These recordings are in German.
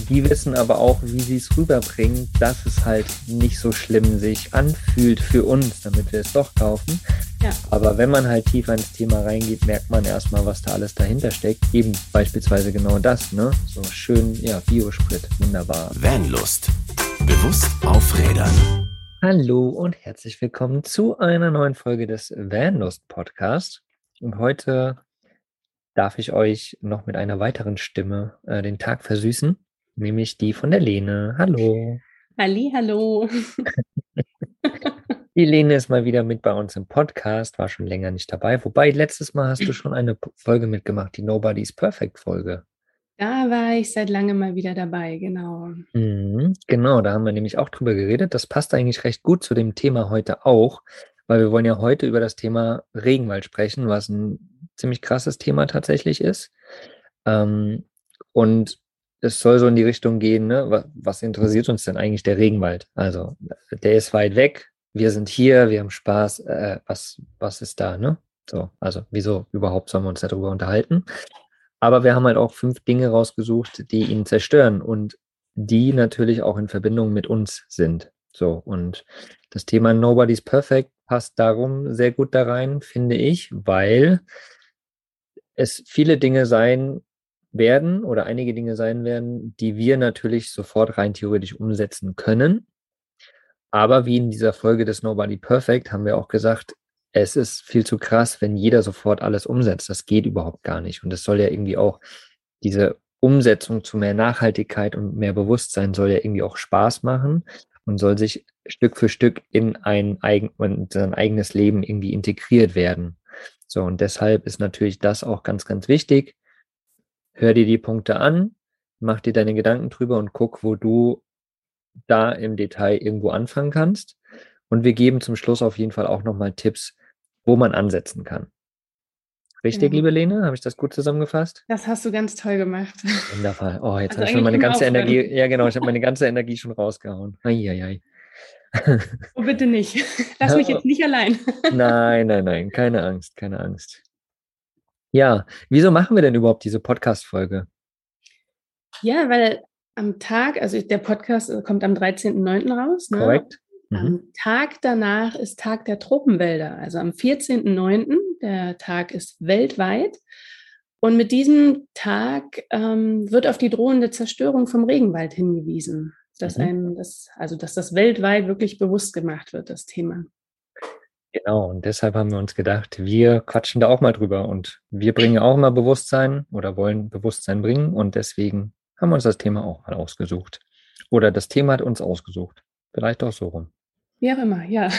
die wissen aber auch, wie sie es rüberbringen, dass es halt nicht so schlimm sich anfühlt für uns, damit wir es doch kaufen. Ja. Aber wenn man halt tiefer ins Thema reingeht, merkt man erstmal, was da alles dahinter steckt. Eben beispielsweise genau das, ne? So schön, ja, Biosprit, wunderbar. Vanlust. Bewusst aufrädern. Hallo und herzlich willkommen zu einer neuen Folge des Vanlust Podcast. Und heute darf ich euch noch mit einer weiteren Stimme den Tag versüßen, nämlich die von der Lene. Hallo. Hallo. Die Lene ist mal wieder mit bei uns im Podcast, war schon länger nicht dabei. Wobei, letztes Mal hast du schon eine Folge mitgemacht, die Nobody's Perfect Folge. Da war ich seit langem mal wieder dabei, genau. Genau, da haben wir nämlich auch drüber geredet. Das passt eigentlich recht gut zu dem Thema heute auch, weil wir wollen ja heute über das Thema Regenwald sprechen, was ein ziemlich krasses Thema tatsächlich ist. Und es soll so in die Richtung gehen, ne? Was interessiert uns denn eigentlich der Regenwald? Also, der ist weit weg, wir sind hier, wir haben Spaß. Was ist da, ne? So, also, wieso überhaupt sollen wir uns darüber unterhalten? Aber wir haben halt auch 5 Dinge rausgesucht, die ihn zerstören und die natürlich auch in Verbindung mit uns sind. So, und das Thema Nobody's Perfect passt darum sehr gut da rein, finde ich, weil es viele Dinge sein werden oder einige Dinge sein werden, die wir natürlich sofort rein theoretisch umsetzen können. Aber wie in dieser Folge des Nobody Perfect haben wir auch gesagt, es ist viel zu krass, wenn jeder sofort alles umsetzt. Das geht überhaupt gar nicht. Und es soll ja irgendwie auch diese Umsetzung zu mehr Nachhaltigkeit und mehr Bewusstsein soll ja irgendwie auch Spaß machen und soll sich Stück für Stück in sein eigenes Leben irgendwie integriert werden. So, und deshalb ist natürlich das auch ganz, ganz wichtig. Hör dir die Punkte an, mach dir deine Gedanken drüber und guck, wo du da im Detail irgendwo anfangen kannst. Und wir geben zum Schluss auf jeden Fall auch nochmal Tipps, wo man ansetzen kann. Richtig, Genau. liebe Lene? Habe ich das gut zusammengefasst? Das hast du ganz toll gemacht. Wundervoll. Oh, jetzt Also habe ich schon eigentlich meine können wir ganze aufhören. Energie, ja genau, ich habe meine ganze Energie schon rausgehauen. Eieiei. Oh, bitte nicht. Lass mich jetzt nicht allein. Nein, keine Angst, keine Angst. Ja, wieso machen wir denn überhaupt diese Podcast-Folge? Ja, weil am Tag, also der Podcast kommt am 13.09. raus, ne? Korrekt? Am Tag danach ist Tag der Tropenwälder, also am 14.09. Der Tag ist weltweit. Und mit diesem Tag wird auf die drohende Zerstörung vom Regenwald hingewiesen, dass das weltweit wirklich bewusst gemacht wird, das Thema. Genau, und deshalb haben wir uns gedacht, wir quatschen da auch mal drüber und wir bringen auch mal Bewusstsein oder wollen Bewusstsein bringen und deswegen haben wir uns das Thema auch mal ausgesucht. Oder das Thema hat uns ausgesucht. Vielleicht auch so rum. Wie auch immer, ja.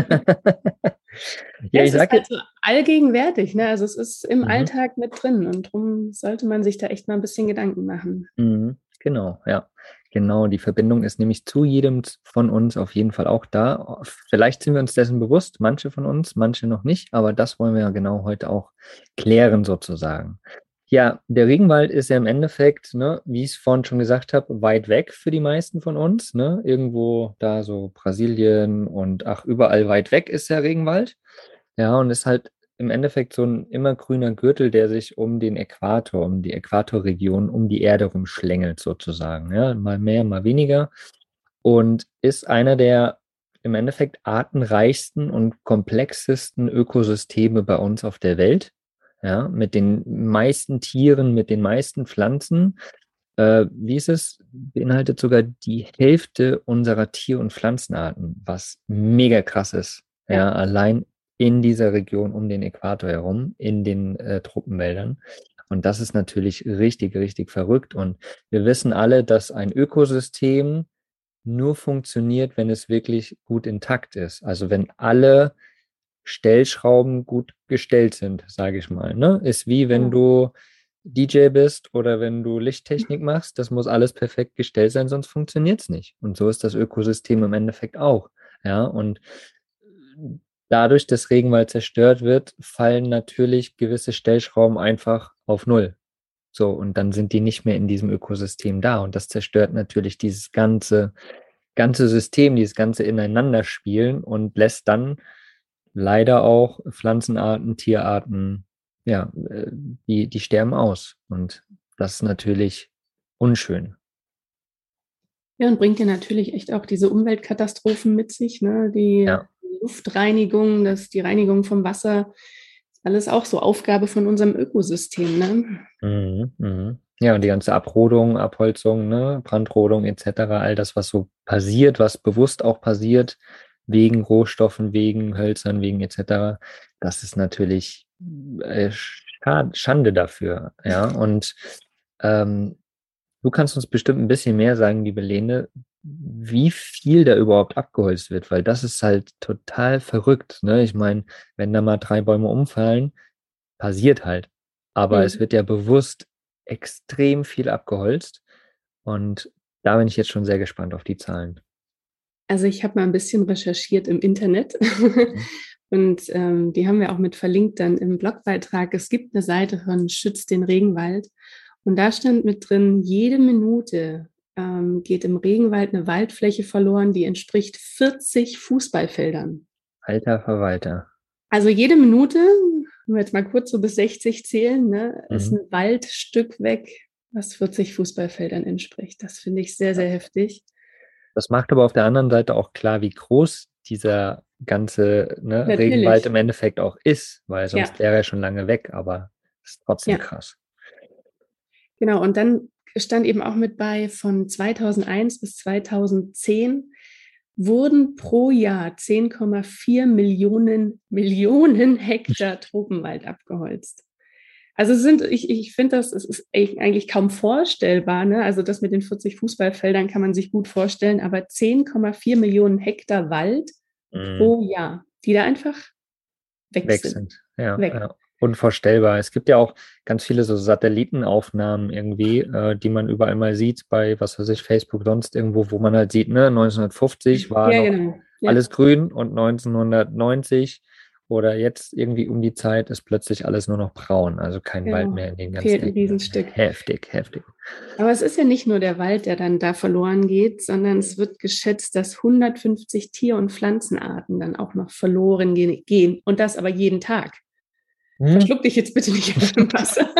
Ja, es ich ist sage halt so allgegenwärtig, ne? Also es ist im Mhm. Alltag mit drin und darum sollte man sich da echt mal ein bisschen Gedanken machen. Genau, ja. Genau, die Verbindung ist nämlich zu jedem von uns auf jeden Fall auch da. Vielleicht sind wir uns dessen bewusst, manche von uns, manche noch nicht, aber das wollen wir ja genau heute auch klären sozusagen. Ja, der Regenwald ist ja im Endeffekt, ne, wie ich es vorhin schon gesagt habe, weit weg für die meisten von uns, ne? Irgendwo da so Brasilien und ach, überall weit weg ist der Regenwald. Ja, und ist halt im Endeffekt so ein immergrüner Gürtel, der sich um den Äquator, um die Äquatorregion, um die Erde rumschlängelt sozusagen. Ja, mal mehr, mal weniger. Und ist einer der im Endeffekt artenreichsten und komplexesten Ökosysteme bei uns auf der Welt. Ja, mit den meisten Tieren, mit den meisten Pflanzen. Wie ist es? Beinhaltet sogar die Hälfte unserer Tier- und Pflanzenarten, was mega krass ist. Ja, allein in dieser Region um den Äquator herum, in den Tropenwäldern. Und das ist natürlich richtig, richtig verrückt. Und wir wissen alle, dass ein Ökosystem nur funktioniert, wenn es wirklich gut intakt ist. Also wenn alle Stellschrauben gut gestellt sind, sage ich mal. Ne? Ist wie wenn du DJ bist oder wenn du Lichttechnik machst, das muss alles perfekt gestellt sein, sonst funktioniert es nicht. Und so ist das Ökosystem im Endeffekt auch. Ja, und dadurch, dass Regenwald zerstört wird, fallen natürlich gewisse Stellschrauben einfach auf Null. So, und dann sind die nicht mehr in diesem Ökosystem da. Und das zerstört natürlich dieses ganze System, dieses ganze Ineinanderspielen und lässt dann leider auch Pflanzenarten, Tierarten, ja, die sterben aus. Und das ist natürlich unschön. Ja, und bringt ja natürlich echt auch diese Umweltkatastrophen mit sich, ne? Die Ja. Luftreinigung, die Reinigung vom Wasser, alles auch so Aufgabe von unserem Ökosystem, ne? Mhm, mhm. Ja, und die ganze Abrodung, Abholzung, ne, Brandrodung etc., all das, was so passiert, was bewusst auch passiert, wegen Rohstoffen, wegen Hölzern, wegen etc., das ist natürlich Schande dafür. Ja, und ähm, du kannst uns bestimmt ein bisschen mehr sagen, liebe Lene, wie viel da überhaupt abgeholzt wird, weil das ist halt total verrückt, ne? Ich meine, wenn da mal 3 Bäume umfallen, passiert halt. Aber es Hm. wird ja bewusst extrem viel abgeholzt. Und da bin ich jetzt schon sehr gespannt auf die Zahlen. Also ich habe mal ein bisschen recherchiert im Internet Mhm. und die haben wir auch mit verlinkt dann im Blogbeitrag. Es gibt eine Seite von Schütz den Regenwald und da stand mit drin, jede Minute geht im Regenwald eine Waldfläche verloren, die entspricht 40 Fußballfeldern. Alter Verwalter. Also jede Minute, wenn wir jetzt mal kurz so bis 60 zählen, ne, ist Mhm. ein Waldstück weg, was 40 Fußballfeldern entspricht. Das finde ich sehr, Ja. sehr heftig. Das macht aber auf der anderen Seite auch klar, wie groß dieser ganze, ne, Regenwald Natürlich, im Endeffekt auch ist, weil ja, sonst wäre er schon lange weg, aber ist trotzdem ja. krass. Genau, und dann stand eben auch mit bei, von 2001 bis 2010 wurden pro Jahr 10,4 Millionen Hektar Tropenwald abgeholzt. Also ich finde das, es ist eigentlich kaum vorstellbar, ne? Also das mit den 40 Fußballfeldern kann man sich gut vorstellen, aber 10,4 Millionen Hektar Wald Mhm. pro Jahr, die da einfach weg Weg sind. sind. Ja, Weg. ja. Unvorstellbar. Es gibt ja auch ganz viele so Satellitenaufnahmen irgendwie, die man überall mal sieht, bei, was weiß ich, Facebook, sonst irgendwo, wo man halt sieht, ne, 1950 war Ja, noch genau. Ja, alles grün und 1990 oder jetzt irgendwie um die Zeit ist plötzlich alles nur noch braun, also kein Wald genau. mehr in den ganzen Fehlt ein Ecken. Riesenstück. Heftig, heftig. Aber es ist ja nicht nur der Wald, der dann da verloren geht, sondern es wird geschätzt, dass 150 Tier- und Pflanzenarten dann auch noch verloren gehen. Und das aber jeden Tag. Hm? Verschluck dich jetzt bitte nicht im Wasser.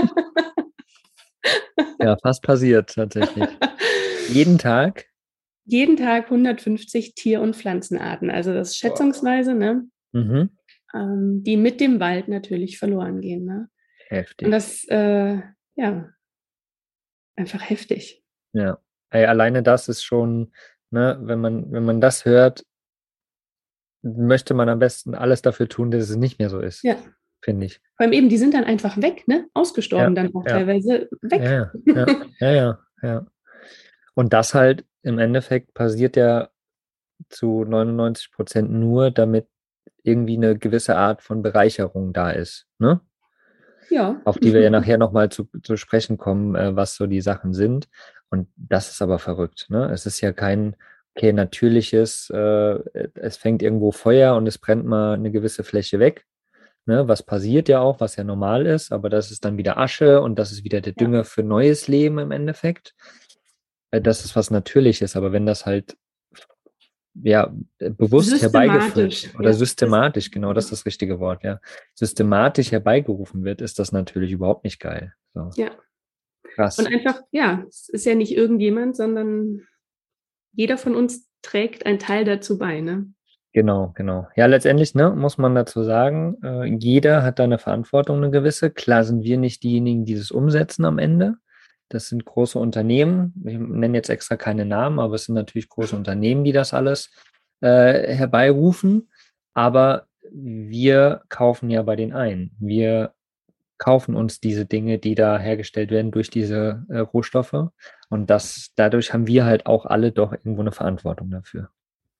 Ja, fast passiert tatsächlich. Jeden Tag. Jeden Tag 150 Tier- und Pflanzenarten. Also das ist Boah. schätzungsweise, ne? Mhm. Die mit dem Wald natürlich verloren gehen. Ne? Und Heftig. das, ja, einfach heftig. Ja. Ey, alleine das ist schon, ne, wenn man das hört, möchte man am besten alles dafür tun, dass es nicht mehr so ist, Ja, finde ich. vor allem eben, die sind dann einfach weg, ne? Ausgestorben Ja, dann auch ja, teilweise ja, weg. ja, ja, ja, ja, ja. Und das halt im Endeffekt passiert ja zu 99% nur, damit irgendwie eine gewisse Art von Bereicherung da ist, ne? Ja. Auf die wir ja nachher nochmal zu sprechen kommen, was so die Sachen sind. Und das ist aber verrückt, ne? Es ist ja kein, okay, natürliches, es fängt irgendwo Feuer und es brennt mal eine gewisse Fläche weg. Ne, was passiert ja auch, was ja normal ist, aber das ist dann wieder Asche und das ist wieder der Ja. Dünger für neues Leben im Endeffekt. Das ist was Natürliches, aber wenn das halt ja bewusst herbeigeführt Systematisch, oder ja. systematisch, genau, das ist das richtige Wort, ja, systematisch herbeigerufen wird, ist das natürlich überhaupt nicht geil. So, Ja. Und krass. einfach, ja, es ist ja nicht irgendjemand, sondern jeder von uns trägt einen Teil dazu bei, ne? Genau, genau. Ja, letztendlich, ne, muss man dazu sagen, jeder hat da eine Verantwortung, eine gewisse. Klar sind wir nicht diejenigen, die das umsetzen am Ende. Das sind große Unternehmen. Wir nennen jetzt extra keine Namen, aber es sind natürlich große Unternehmen, die das alles herbeirufen. Aber wir kaufen ja bei den ein. Wir kaufen uns diese Dinge, die da hergestellt werden durch diese Rohstoffe. Und dadurch haben wir halt auch alle doch irgendwo eine Verantwortung dafür.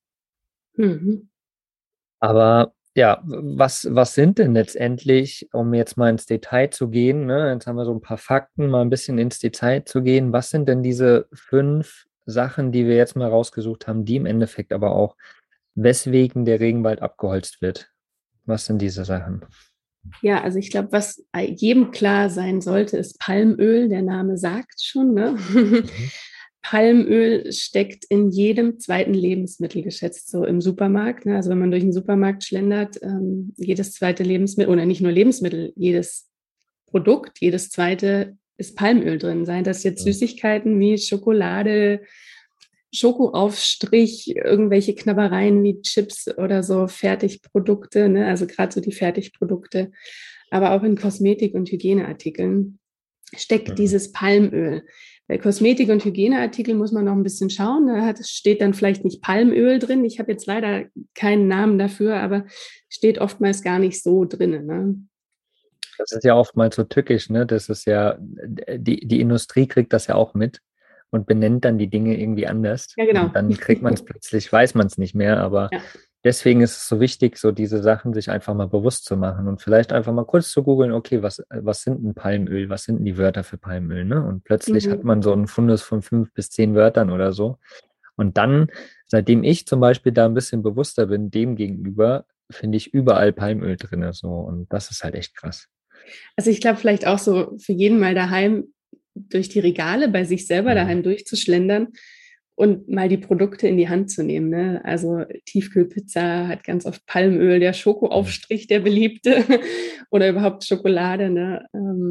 Mhm. Aber ja, was sind denn letztendlich, um jetzt mal ins Detail zu gehen, ne? Jetzt haben wir so ein paar Fakten, mal ein bisschen ins Detail zu gehen. Was sind denn diese 5 Sachen, die wir jetzt mal rausgesucht haben, die im Endeffekt aber auch, weswegen der Regenwald abgeholzt wird? Was sind diese Sachen? Ja, also ich glaube, was jedem klar sein sollte, ist Palmöl. Der Name sagt schon, ne? Mhm. Palmöl steckt in jedem zweiten Lebensmittel geschätzt, so im Supermarkt. Ne? Also wenn man durch den Supermarkt schlendert, jedes zweite Lebensmittel, oder nicht nur Lebensmittel, jedes Produkt, jedes zweite ist Palmöl drin. Seien das jetzt Mhm. Süßigkeiten wie Schokolade, Schokoaufstrich, irgendwelche Knabbereien wie Chips oder so, Fertigprodukte, ne? Also gerade so die Fertigprodukte, aber auch in Kosmetik- und Hygieneartikeln steckt dieses Palmöl. Bei Kosmetik- und Hygieneartikeln muss man noch ein bisschen schauen. Steht dann vielleicht nicht Palmöl drin. Ich habe jetzt leider keinen Namen dafür, aber steht oftmals gar nicht so drin. Ne? Das ist ja oftmals so tückisch, ne? Das ist ja, die Industrie kriegt das ja auch mit und benennt dann die Dinge irgendwie anders. Ja, genau. Und dann kriegt man es plötzlich, weiß man es nicht mehr. Aber Ja. deswegen ist es so wichtig, so diese Sachen sich einfach mal bewusst zu machen und vielleicht einfach mal kurz zu googeln, okay, was sind ein Palmöl? Was sind denn die Wörter für Palmöl, ne? Und plötzlich hat man so einen Fundus von 5 bis 10 Wörtern oder so. Und dann, seitdem ich zum Beispiel da ein bisschen bewusster bin, dem gegenüber, finde ich überall Palmöl drin, so. Und das ist halt echt krass. Also ich glaube, vielleicht auch so für jeden mal daheim durch die Regale bei sich selber daheim durchzuschlendern und mal die Produkte in die Hand zu nehmen. Ne? Also Tiefkühlpizza hat ganz oft Palmöl, der Schokoaufstrich, der beliebte, oder überhaupt Schokolade. Ne?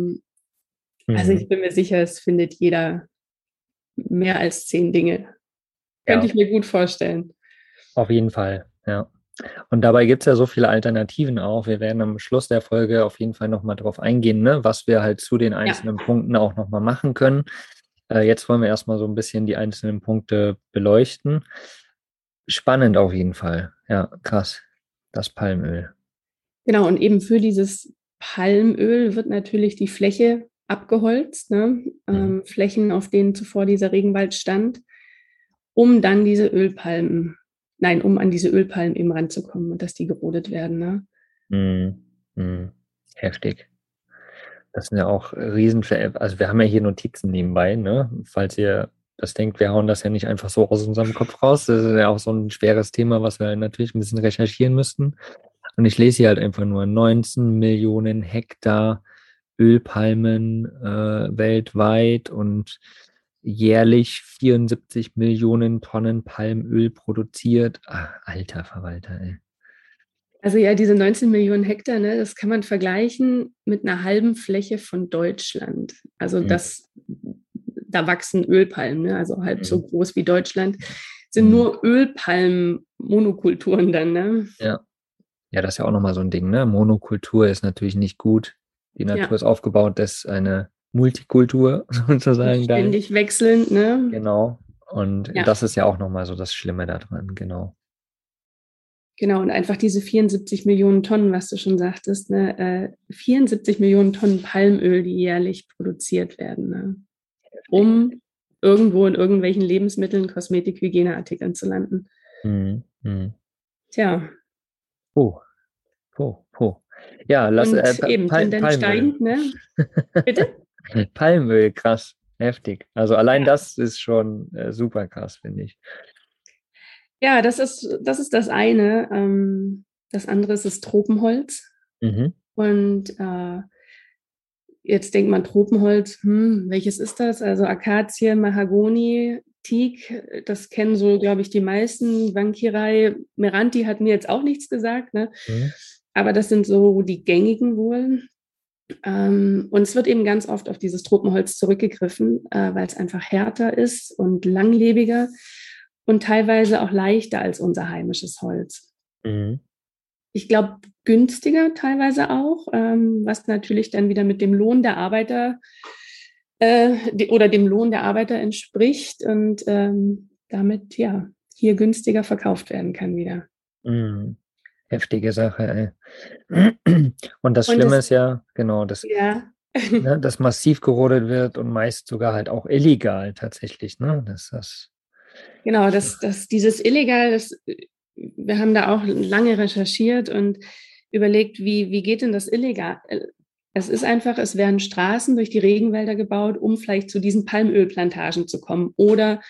Also ich bin mir sicher, es findet jeder mehr als 10 Dinge. Könnte ich mir gut vorstellen. Auf jeden Fall, ja. Und dabei gibt es ja so viele Alternativen auch. Wir werden am Schluss der Folge auf jeden Fall nochmal drauf eingehen, ne, was wir halt zu den einzelnen Punkten auch nochmal machen können. Jetzt wollen wir erstmal so ein bisschen die einzelnen Punkte beleuchten. Spannend auf jeden Fall. Ja, krass. Das Palmöl. Genau, und eben für dieses Palmöl wird natürlich die Fläche abgeholzt, ne? Flächen, auf denen zuvor dieser Regenwald stand, um dann diese Ölpalmen, um an diese Ölpalmen eben ranzukommen und dass die gerodet werden. Ne? Heftig. Das sind ja auch also wir haben ja hier Notizen nebenbei, ne? Falls ihr das denkt, wir hauen das ja nicht einfach so aus unserem Kopf raus. Das ist ja auch so ein schweres Thema, was wir natürlich ein bisschen recherchieren müssten. Und ich lese hier halt einfach nur 19 Millionen Hektar Ölpalmen weltweit und jährlich 74 Millionen Tonnen Palmöl produziert. Alter Verwalter, ey. Also ja, diese 19 Millionen Hektar, ne, das kann man vergleichen mit einer halben Fläche von Deutschland. Also da wachsen Ölpalmen, ne, also halb so groß wie Deutschland, sind nur Ölpalmen-Monokulturen dann. Ne? Ja. Ja, das ist ja auch nochmal so ein Ding, ne? Monokultur ist natürlich nicht gut. Die Natur ist aufgebaut, dass eine Multikultur sozusagen da ist. Ständig wechselnd, ne? Genau. Und das ist ja auch nochmal so das Schlimme daran, genau. Genau, und einfach diese 74 Millionen Tonnen, was du schon sagtest, ne? 74 Millionen Tonnen Palmöl, die jährlich produziert werden, ne? Um irgendwo in irgendwelchen Lebensmitteln, Kosmetik, Hygieneartikeln zu landen. Tja. Ja, lass und eben Tendenz steigend, ne? Bitte? Palmöl, krass, heftig. Also allein das ist schon super krass, finde ich. Ja, das ist das eine. Das andere ist das Tropenholz. Und jetzt denkt man Tropenholz, welches ist das? Also Akazie, Mahagoni, Teak, das kennen so, glaube ich, die meisten. Vankirei, Meranti hat mir jetzt auch nichts gesagt, ne? Aber das sind so die gängigen wohl. Und es wird eben ganz oft auf dieses Tropenholz zurückgegriffen, weil es einfach härter ist und langlebiger und teilweise auch leichter als unser heimisches Holz. Ich glaube, günstiger teilweise auch, was natürlich dann wieder mit dem Lohn der Arbeiter oder dem Lohn der Arbeiter entspricht und damit ja hier günstiger verkauft werden kann wieder. Heftige Sache, ey. Und das Schlimme ist ja, genau, dass das massiv gerodet wird und meist sogar halt auch illegal tatsächlich, ne? Genau, dieses illegal, wir haben da auch lange recherchiert und überlegt, wie geht denn das illegal? Es ist einfach, es werden Straßen durch die Regenwälder gebaut, um vielleicht zu diesen Palmölplantagen zu kommen. Oder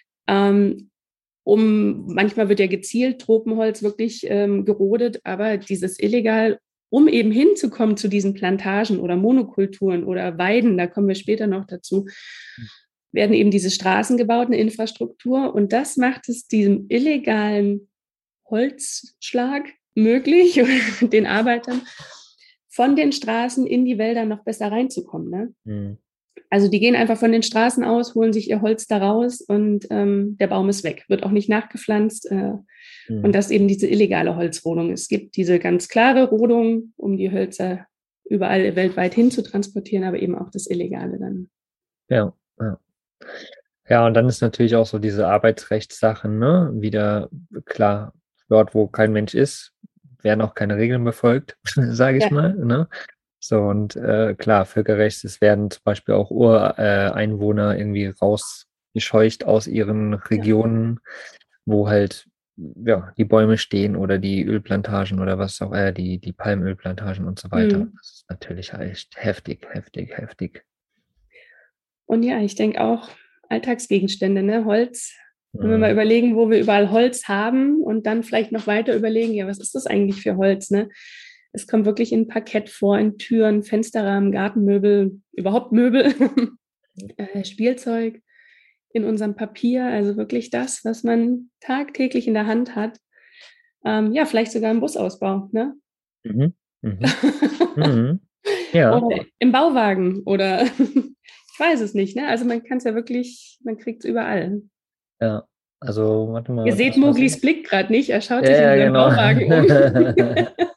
manchmal wird ja gezielt Tropenholz wirklich gerodet, aber dieses illegal, um eben hinzukommen zu diesen Plantagen oder Monokulturen oder Weiden, da kommen wir später noch dazu, werden eben diese Straßen gebaut, eine Infrastruktur. Und das macht es diesem illegalen Holzschlag möglich, den Arbeitern von den Straßen in die Wälder noch besser reinzukommen. Ne? Also die gehen einfach von den Straßen aus, holen sich ihr Holz da raus und der Baum ist weg, wird auch nicht nachgepflanzt. Und das ist eben diese illegale Holzrodung. Es gibt diese ganz klare Rodung, um die Hölzer überall weltweit hin zu transportieren, aber eben auch das Illegale dann. Ja, ja. Ja, und dann ist natürlich auch so diese Arbeitsrechtssachen, ne? Wieder klar, dort, wo kein Mensch ist, werden auch keine Regeln befolgt, sage ich Ja. mal, ne? So, und klar, Völkerrecht, es werden zum Beispiel auch Ureinwohner irgendwie rausgescheucht aus ihren Regionen, wo halt ja, die Bäume stehen oder die Ölplantagen oder was auch, die Palmölplantagen und so weiter. Mhm. Das ist natürlich echt heftig, heftig, heftig. Und ja, ich denke auch Alltagsgegenstände, ne? Holz. Wenn wir mal Mhm. überlegen, wo wir überall Holz haben und dann vielleicht noch weiter überlegen, ja, was ist das eigentlich für Holz, ne? Es kommt wirklich in Parkett vor, in Türen, Fensterrahmen, Gartenmöbel, überhaupt Möbel, Spielzeug, in unserem Papier, also wirklich das, was man tagtäglich in der Hand hat. Ja, vielleicht sogar im Busausbau, ne? Mhm. Mhm. Mhm. Ja, Oder im Bauwagen oder ich weiß es nicht, ne? Also man kann es ja wirklich, man kriegt es überall. ja. Also, warte Ihr mal, seht das was Moglis ich. Blick gerade nicht, er schaut Ja, sich in ja, seinem genau. Bauwagen um.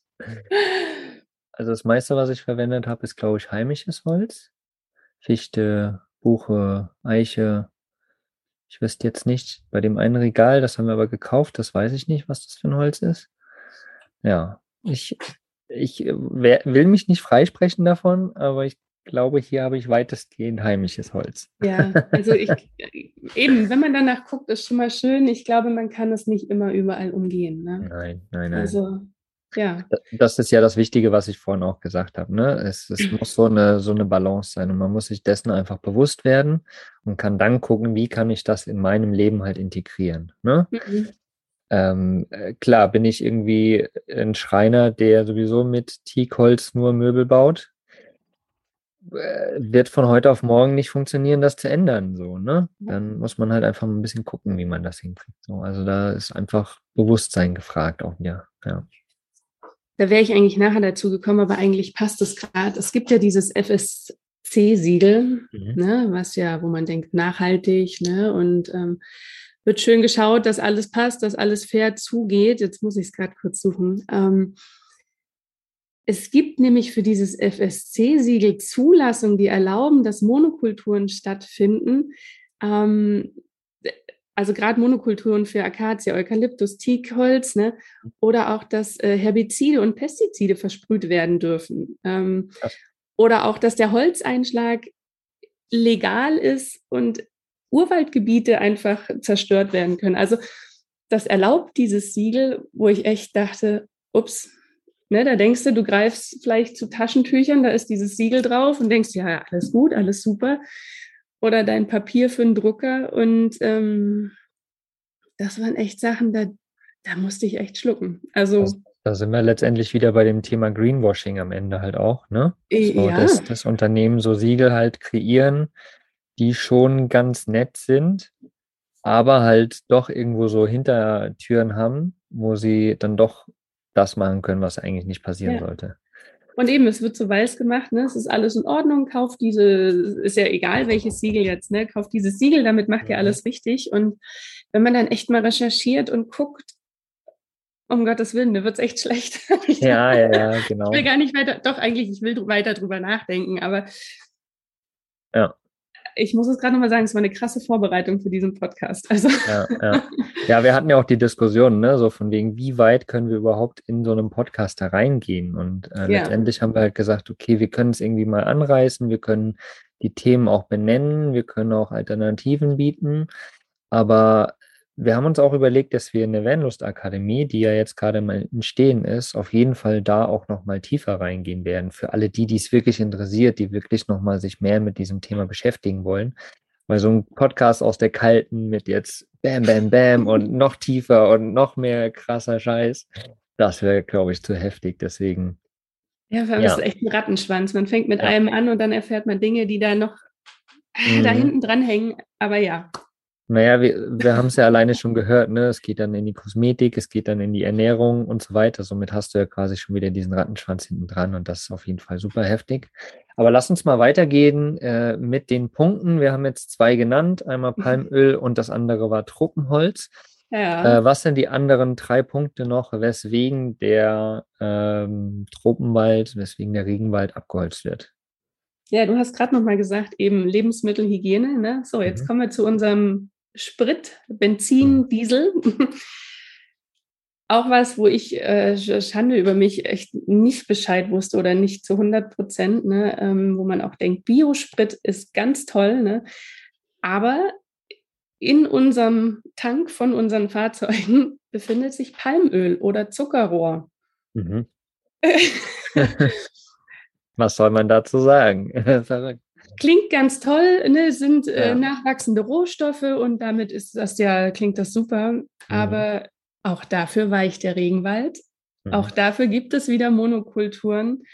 Also das meiste, was ich verwendet habe, ist, glaube ich, heimisches Holz. Fichte, Buche, Eiche. Ich wüsste jetzt nicht, bei dem einen Regal, das haben wir aber gekauft, das weiß ich nicht, was das für ein Holz ist. Ja, ich will mich nicht freisprechen davon, aber ich glaube, hier habe ich weitestgehend heimisches Holz. Ja, also eben, wenn man danach guckt, ist schon mal schön. Ich glaube, man kann es nicht immer überall umgehen, ne? Nein, nein, nein. Also, ja. Das ist ja das Wichtige, was ich vorhin auch gesagt habe, ne? Es muss so eine Balance sein und man muss sich dessen einfach bewusst werden und kann dann gucken, wie kann ich das in meinem Leben halt integrieren, ne? Mhm. Klar, bin ich irgendwie ein Schreiner, der sowieso mit Teakholz nur Möbel baut, wird von heute auf morgen nicht funktionieren, das zu ändern, so, ne? Dann muss man halt einfach ein bisschen gucken, wie man das hinkriegt. So, also da ist einfach Bewusstsein gefragt auch wieder, ja. Da wäre ich eigentlich nachher dazu gekommen, aber eigentlich passt es gerade. Es gibt ja dieses FSC-Siegel, Mhm. ne, was ja, wo man denkt, nachhaltig, ne, und wird schön geschaut, dass alles passt, dass alles fair zugeht. Jetzt muss ich es gerade kurz suchen. Es gibt nämlich für dieses FSC-Siegel Zulassungen, die erlauben, dass Monokulturen stattfinden. Also gerade Monokulturen für Akazie, Eukalyptus, Teakholz, ne? Oder auch, dass Herbizide und Pestizide versprüht werden dürfen. Krass. Oder auch, dass der Holzeinschlag legal ist und Urwaldgebiete einfach zerstört werden können. Also das erlaubt dieses Siegel, wo ich echt dachte, ups, ne, da denkst du greifst vielleicht zu Taschentüchern, da ist dieses Siegel drauf und denkst, ja, alles gut, alles super. Oder dein Papier für einen Drucker. Und das waren echt Sachen, da musste ich echt schlucken. Also, Da sind wir letztendlich wieder bei dem Thema Greenwashing am Ende halt auch, ne? So, ja, dass das Unternehmen so Siegel halt kreieren, die schon ganz nett sind, aber halt doch irgendwo so Hintertüren haben, wo sie dann doch das machen können, was eigentlich nicht passieren ja. sollte. Und eben, es wird so weiß gemacht, ne? Es ist alles in Ordnung, kauft ist ja egal, welches Siegel jetzt, ne? Kauft dieses Siegel, damit macht ihr alles richtig. Und wenn man dann echt mal recherchiert und guckt, um Gottes Willen, mir wird es echt schlecht. Ja, ja, Ich genau. will gar nicht weiter, doch eigentlich, ich will weiter drüber nachdenken, aber Ja. ich muss es gerade nochmal sagen, es war eine krasse Vorbereitung für diesen Podcast. Also. Ja. Ja, wir hatten ja auch die Diskussion, ne, so von wegen, wie weit können wir überhaupt in so einem Podcast da reingehen? Und Ja. letztendlich haben wir halt gesagt, okay, wir können es irgendwie mal anreißen, wir können die Themen auch benennen, wir können auch Alternativen bieten, aber wir haben uns auch überlegt, dass wir in der Vanlust-Akademie, die ja jetzt gerade mal entstehen ist, auf jeden Fall da auch nochmal tiefer reingehen werden. Für alle die, die es wirklich interessiert, die wirklich nochmal sich mehr mit diesem Thema beschäftigen wollen. Weil so ein Podcast aus der Kalten mit jetzt Bam, Bam, Bam und noch tiefer und noch mehr krasser Scheiß, das wäre, glaube ich, zu heftig. Deswegen, Ja, vor allem ist es echt ein Rattenschwanz. Man fängt mit Ja. einem an und dann erfährt man Dinge, die da noch da Mhm. hinten dran hängen. Aber ja. Naja, wir haben es ja alleine schon gehört, ne? Es geht dann in die Kosmetik, es geht dann in die Ernährung und so weiter. Somit hast du ja quasi schon wieder diesen Rattenschwanz hinten dran und das ist auf jeden Fall super heftig. Aber lass uns mal weitergehen mit den Punkten. Wir haben jetzt 2 genannt, einmal Palmöl und das andere war Tropenholz. Ja. Was sind die anderen 3 Punkte noch, weswegen der Tropenwald, weswegen der Regenwald abgeholzt wird? Ja, du hast gerade noch mal gesagt, eben Lebensmittelhygiene, ne? So, jetzt Mhm. kommen wir zu unserem Sprit, Mhm. Benzin, Diesel. Auch was, wo ich Schande über mich echt nicht Bescheid wusste oder nicht zu 100%, ne? Wo man auch denkt, Biosprit ist ganz toll, ne? Aber in unserem Tank von unseren Fahrzeugen befindet sich Palmöl oder Zuckerrohr. Mhm. Was soll man dazu sagen? Verrückt. Klingt ganz toll, ne? Sind Ja. nachwachsende Rohstoffe und damit ist das ja, klingt das super. Mhm. Aber auch dafür weicht der Regenwald. Auch Mhm. dafür gibt es wieder Monokulturen.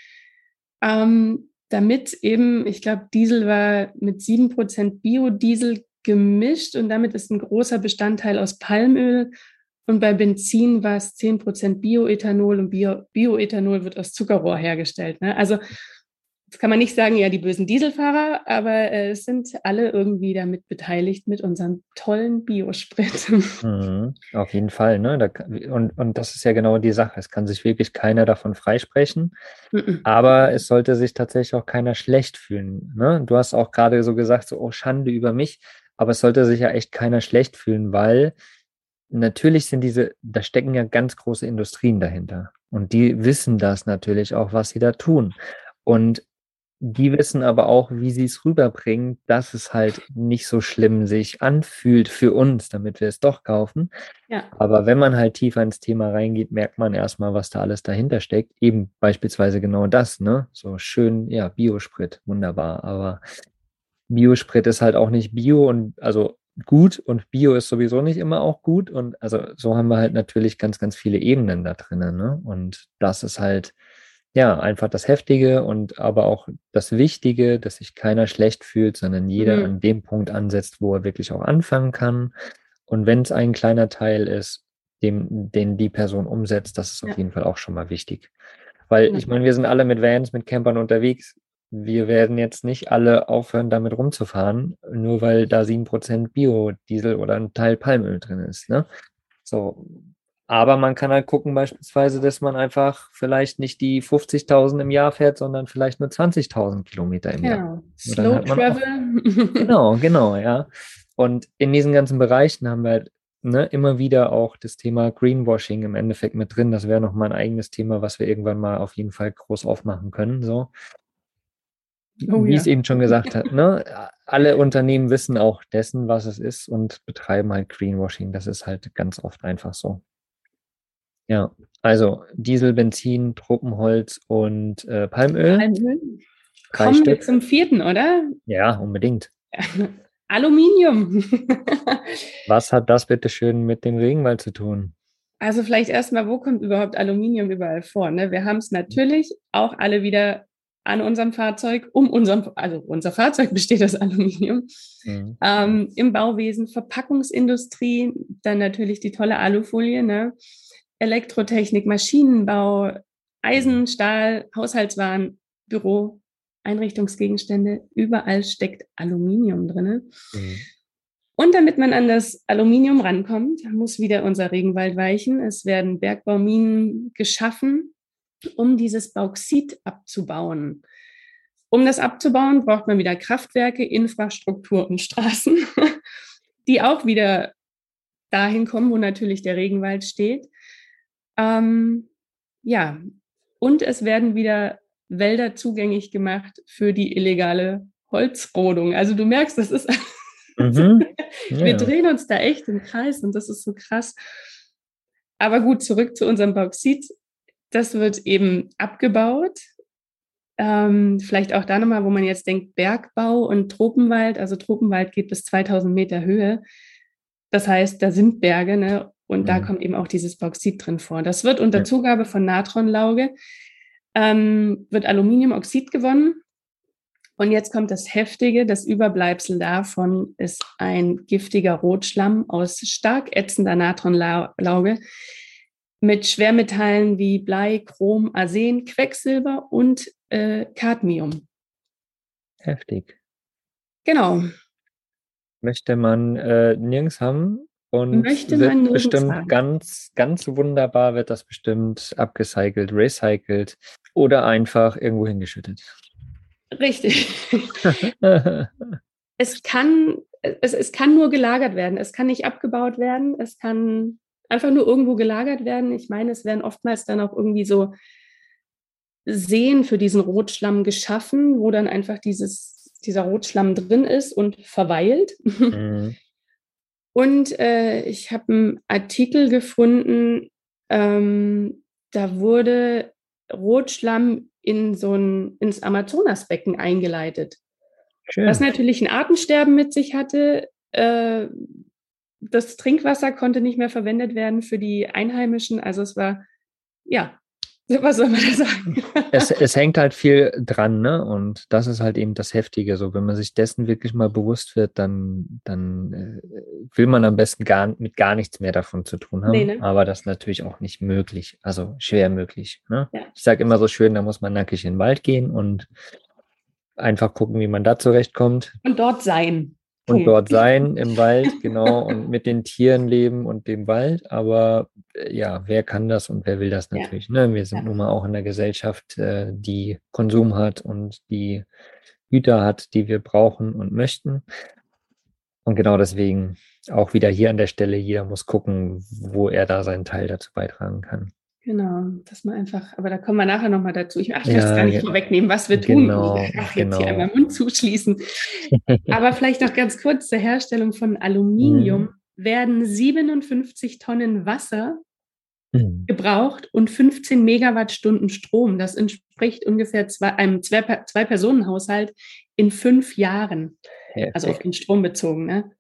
Damit eben, ich glaube, Diesel war mit 7% Biodiesel gemischt und damit ist ein großer Bestandteil aus Palmöl. Und bei Benzin war es 10% Bioethanol und Bioethanol wird aus Zuckerrohr hergestellt. Ne? Also jetzt kann man nicht sagen, ja, die bösen Dieselfahrer, aber es sind alle irgendwie damit beteiligt mit unserem tollen Biosprit. Mhm. Auf jeden Fall, ne? Und das ist ja genau die Sache. Es kann sich wirklich keiner davon freisprechen, aber es sollte sich tatsächlich auch keiner schlecht fühlen, ne? Du hast auch gerade so gesagt, so, oh, Schande über mich, aber es sollte sich ja echt keiner schlecht fühlen, weil natürlich da stecken ja ganz große Industrien dahinter. Und die wissen das natürlich auch, was sie da tun. Und die wissen aber auch, wie sie es rüberbringen, dass es halt nicht so schlimm sich anfühlt für uns, damit wir es doch kaufen. Ja, Aber wenn man halt tiefer ins Thema reingeht, merkt man erstmal, was da alles dahinter steckt. Eben beispielsweise genau das, ne? So schön, ja, Biosprit, wunderbar. Aber Biosprit ist halt auch nicht Bio und also gut und Bio ist sowieso nicht immer auch gut. Und also so haben wir halt natürlich ganz, ganz viele Ebenen da drinnen, ne? Und das ist halt ja einfach das Heftige und aber auch das Wichtige, dass sich keiner schlecht fühlt, sondern jeder mhm. an dem Punkt ansetzt, wo er wirklich auch anfangen kann. Und wenn es ein kleiner Teil ist, den die Person umsetzt, das ist auf Ja, jeden Fall auch schon mal wichtig. Weil genau. ich meine, wir sind alle mit Vans, mit Campern unterwegs. Wir werden jetzt nicht alle aufhören, damit rumzufahren, nur weil da 7% Biodiesel oder ein Teil Palmöl drin ist, ne? So. Aber man kann halt gucken, beispielsweise, dass man einfach vielleicht nicht die 50.000 im Jahr fährt, sondern vielleicht nur 20.000 Kilometer im Jahr. Genau. Und dann Slow hat man auch, Travel. genau, ja. Und in diesen ganzen Bereichen haben wir halt, ne, immer wieder auch das Thema Greenwashing im Endeffekt mit drin. Das wäre nochmal ein eigenes Thema, was wir irgendwann mal auf jeden Fall groß aufmachen können. So, Oh wie ich es ja. eben schon gesagt habe, ne, alle Unternehmen wissen auch dessen, was es ist und betreiben halt Greenwashing. Das ist halt ganz oft einfach so. Ja, also Diesel, Benzin, Tropenholz und Palmöl, Palmöl. 3 Kommen wir Stück. zum vierten, oder? Ja, unbedingt. Aluminium. Was hat das bitte schön mit dem Regenwald zu tun? Also vielleicht erstmal, wo kommt überhaupt Aluminium überall vor? Ne? Wir haben es natürlich auch alle wieder an unserem Fahrzeug, also unser Fahrzeug besteht aus Aluminium. Mhm. Im Bauwesen, Verpackungsindustrie, dann natürlich die tolle Alufolie, ne? Elektrotechnik, Maschinenbau, Mhm. Eisen, Stahl, Haushaltswaren, Büro, Einrichtungsgegenstände, überall steckt Aluminium drin. Mhm. Und damit man an das Aluminium rankommt, muss wieder unser Regenwald weichen. Es werden Bergbauminen geschaffen, um dieses Bauxit abzubauen. Um das abzubauen, braucht man wieder Kraftwerke, Infrastruktur und Straßen, die auch wieder dahin kommen, wo natürlich der Regenwald steht. Ja, und es werden wieder Wälder zugänglich gemacht für die illegale Holzrodung. Also du merkst, das ist Mhm. wir Ja. drehen uns da echt im Kreis und das ist so krass. Aber gut, zurück zu unserem Bauxit. Das wird eben abgebaut. Vielleicht auch da nochmal, wo man jetzt denkt, Bergbau und Tropenwald. Also Tropenwald geht bis 2000 Meter Höhe. Das heißt, da sind Berge, ne? Und da Mhm. kommt eben auch dieses Bauxit drin vor. Das wird unter Ja. Zugabe von Natronlauge, wird Aluminiumoxid gewonnen. Und jetzt kommt das Heftige, das Überbleibsel davon ist ein giftiger Rotschlamm aus stark ätzender Natronlauge mit Schwermetallen wie Blei, Chrom, Arsen, Quecksilber und Cadmium. Heftig. Genau. Möchte man nirgends haben und Möchte man wird nirgends bestimmt haben. ganz, ganz wunderbar, wird das bestimmt abgecycelt, recycelt oder einfach irgendwo hingeschüttet. Richtig. Es kann nur gelagert werden. Es kann nicht abgebaut werden. Es kann einfach nur irgendwo gelagert werden. Ich meine, es werden oftmals dann auch irgendwie so Seen für diesen Rotschlamm geschaffen, wo dann einfach dieser Rotschlamm drin ist und verweilt. Mhm. Und ich habe einen Artikel gefunden, da wurde Rotschlamm ins Amazonasbecken eingeleitet. Was Schön. natürlich ein Artensterben mit sich hatte. Das Trinkwasser konnte nicht mehr verwendet werden für die Einheimischen. Also es war, ja, was soll man da sagen? Es hängt halt viel dran, ne? Und das ist halt eben das Heftige. So, wenn man sich dessen wirklich mal bewusst wird, dann will man am besten mit gar nichts mehr davon zu tun Nee, haben. ne? Aber das ist natürlich auch nicht möglich, also schwer möglich, ne? Ja. Ich sage immer so schön, da muss man nackig in den Wald gehen und einfach gucken, wie man da zurechtkommt. Und dort sein. Und Punkt. dort sein im Wald, genau, und mit den Tieren leben und dem Wald. Aber ja, wer kann das und wer will das Ja, natürlich? Ne? Wir sind ja. nun mal auch in einer Gesellschaft, die Konsum hat und die Güter hat, die wir brauchen und möchten. Und genau deswegen auch wieder hier an der Stelle, jeder muss gucken, wo er da seinen Teil dazu beitragen kann. Genau, dass man einfach, aber da kommen wir nachher nochmal dazu. Ich möchte das Ja, gar nicht vorwegnehmen, was wir tun. genau, Ach, jetzt hier genau. einmal Mund zuschließen. Aber vielleicht noch ganz kurz zur Herstellung von Aluminium Mhm. werden 57 Tonnen Wasser Mhm. gebraucht und 15 Megawattstunden Strom. Das entspricht ungefähr einem Zwei-Personen-Haushalt in 5 Jahren, also auf Heftig. den Strom bezogen, ne?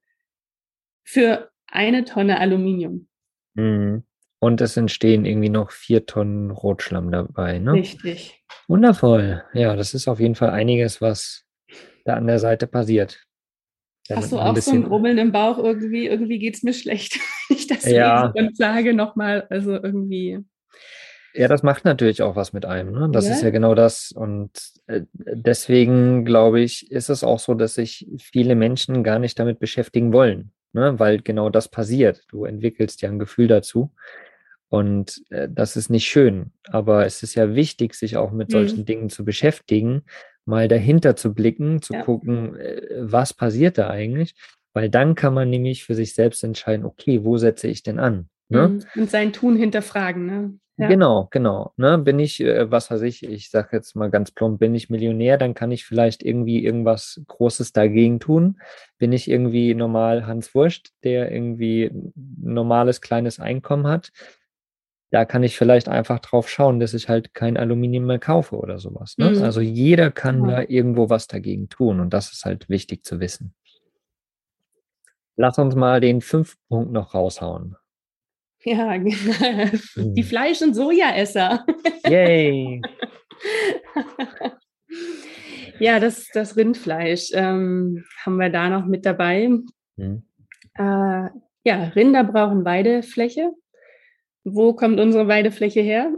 Für eine Tonne Aluminium. Mhm. Und es entstehen irgendwie noch 4 Tonnen Rotschlamm dabei, ne? Richtig. Wundervoll. Ja, das ist auf jeden Fall einiges, was da an der Seite passiert. Damit Hast du man ein auch so ein bisschen, Grummeln im Bauch irgendwie? Irgendwie geht es mir schlecht, wenn ich das lese ja, und sage nochmal, also irgendwie, ja, das macht natürlich auch was mit einem, ne? Das ist ja ne? genau das. Und deswegen glaube ich, ist es auch so, dass sich viele Menschen gar nicht damit beschäftigen wollen, ne? Weil genau das passiert. Du entwickelst ja ein Gefühl dazu. Und das ist nicht schön. Aber es ist ja wichtig, sich auch mit solchen Hm, Dingen zu beschäftigen, mal dahinter zu blicken, zu ja. gucken, was passiert da eigentlich. Weil dann kann man nämlich für sich selbst entscheiden, okay, wo setze ich denn an? Ne? Und sein Tun hinterfragen, ne? Ja. Genau, genau. Ne? Bin ich, was weiß ich sage jetzt mal ganz plump, bin ich Millionär, dann kann ich vielleicht irgendwie irgendwas Großes dagegen tun. Bin ich irgendwie normal Hans Wurst, der irgendwie ein normales kleines Einkommen hat, da kann ich vielleicht einfach drauf schauen, dass ich halt kein Aluminium mehr kaufe oder sowas. Ne? Also Hm, jeder kann genau. da irgendwo was dagegen tun und das ist halt wichtig zu wissen. Lass uns mal den 5. Punkt noch raushauen. Ja, genau. Die Hm. Fleisch- und Sojaesser. Yay! Ja, das Rindfleisch haben wir da noch mit dabei. Hm. Ja, Rinder brauchen Weidefläche. Wo kommt unsere Weidefläche her?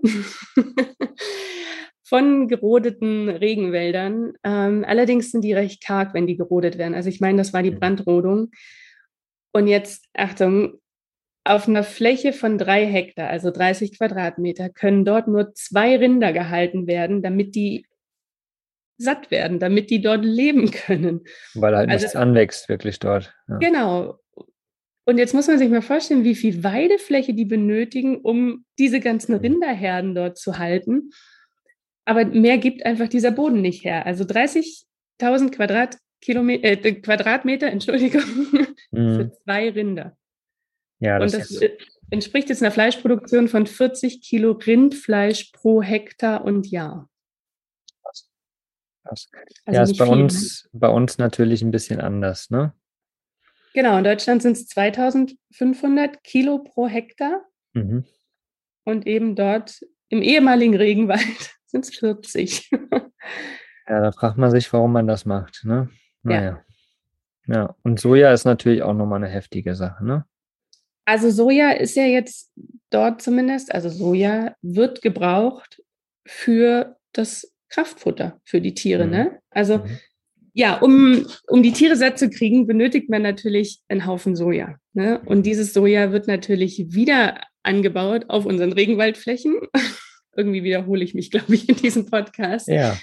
Von gerodeten Regenwäldern. Allerdings sind die recht karg, wenn die gerodet werden. Also ich meine, das war die Hm. Brandrodung. Und jetzt, Achtung, auf einer Fläche von 3 Hektar, also 30 Quadratmeter, können dort nur 2 Rinder gehalten werden, damit die satt werden, damit die dort leben können. Weil halt Also nichts anwächst wirklich dort. Ja. genau. Und jetzt muss man sich mal vorstellen, wie viel Weidefläche die benötigen, um diese ganzen Hm. Rinderherden dort zu halten. Aber mehr gibt einfach dieser Boden nicht her. Also 30.000 Quadratmeter, Entschuldigung, für Hm. 2 Rinder. Ja, Und das das ist entspricht jetzt einer Fleischproduktion von 40 Kilo Rindfleisch pro Hektar und Jahr. krass. Krass. Ja, Also ist nicht viel. Ne? bei uns natürlich ein bisschen anders, ne? Genau, in Deutschland sind es 2.500 Kilo pro Hektar Mhm. und eben dort im ehemaligen Regenwald sind es 40. Ja, da fragt man sich, warum man das macht, ne? Ja, Naja. Ja, und Soja ist natürlich auch nochmal eine heftige Sache, ne? also Soja ist ja jetzt dort zumindest, also Soja wird gebraucht für das Kraftfutter für die Tiere, Mhm. ne? Also Mhm. Ja, um die Tiere satt zu kriegen, benötigt man natürlich einen Haufen Soja. Ne? Und dieses Soja wird natürlich wieder angebaut auf unseren Regenwaldflächen. Irgendwie wiederhole ich mich, glaube ich, in diesem Podcast. Ja.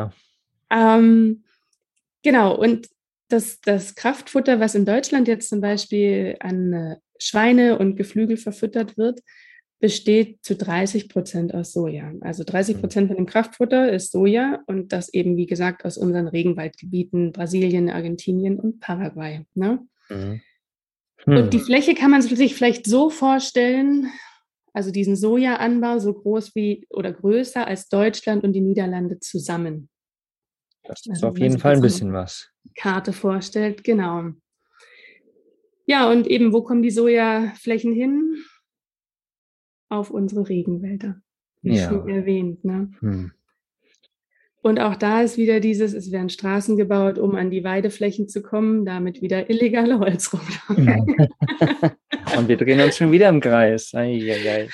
Genau, und das Kraftfutter, was in Deutschland jetzt zum Beispiel an Schweine und Geflügel verfüttert wird, besteht zu 30% aus Soja. Also 30% von dem Kraftfutter ist Soja und das eben, wie gesagt, aus unseren Regenwaldgebieten Brasilien, Argentinien und Paraguay. Ne? Und die Fläche kann man sich vielleicht so vorstellen, also diesen Sojaanbau so groß wie oder größer als Deutschland und die Niederlande zusammen. Das ist auf jeden Fall ein bisschen was. Karte vorstellt, genau. Ja, und eben, wo kommen die Sojaflächen hin? Auf unsere Regenwälder, wie schon erwähnt. Ne? Und auch da ist wieder es werden Straßen gebaut, um an die Weideflächen zu kommen, damit wieder illegale Holzrodung. Und wir drehen uns schon wieder im Kreis. Ei.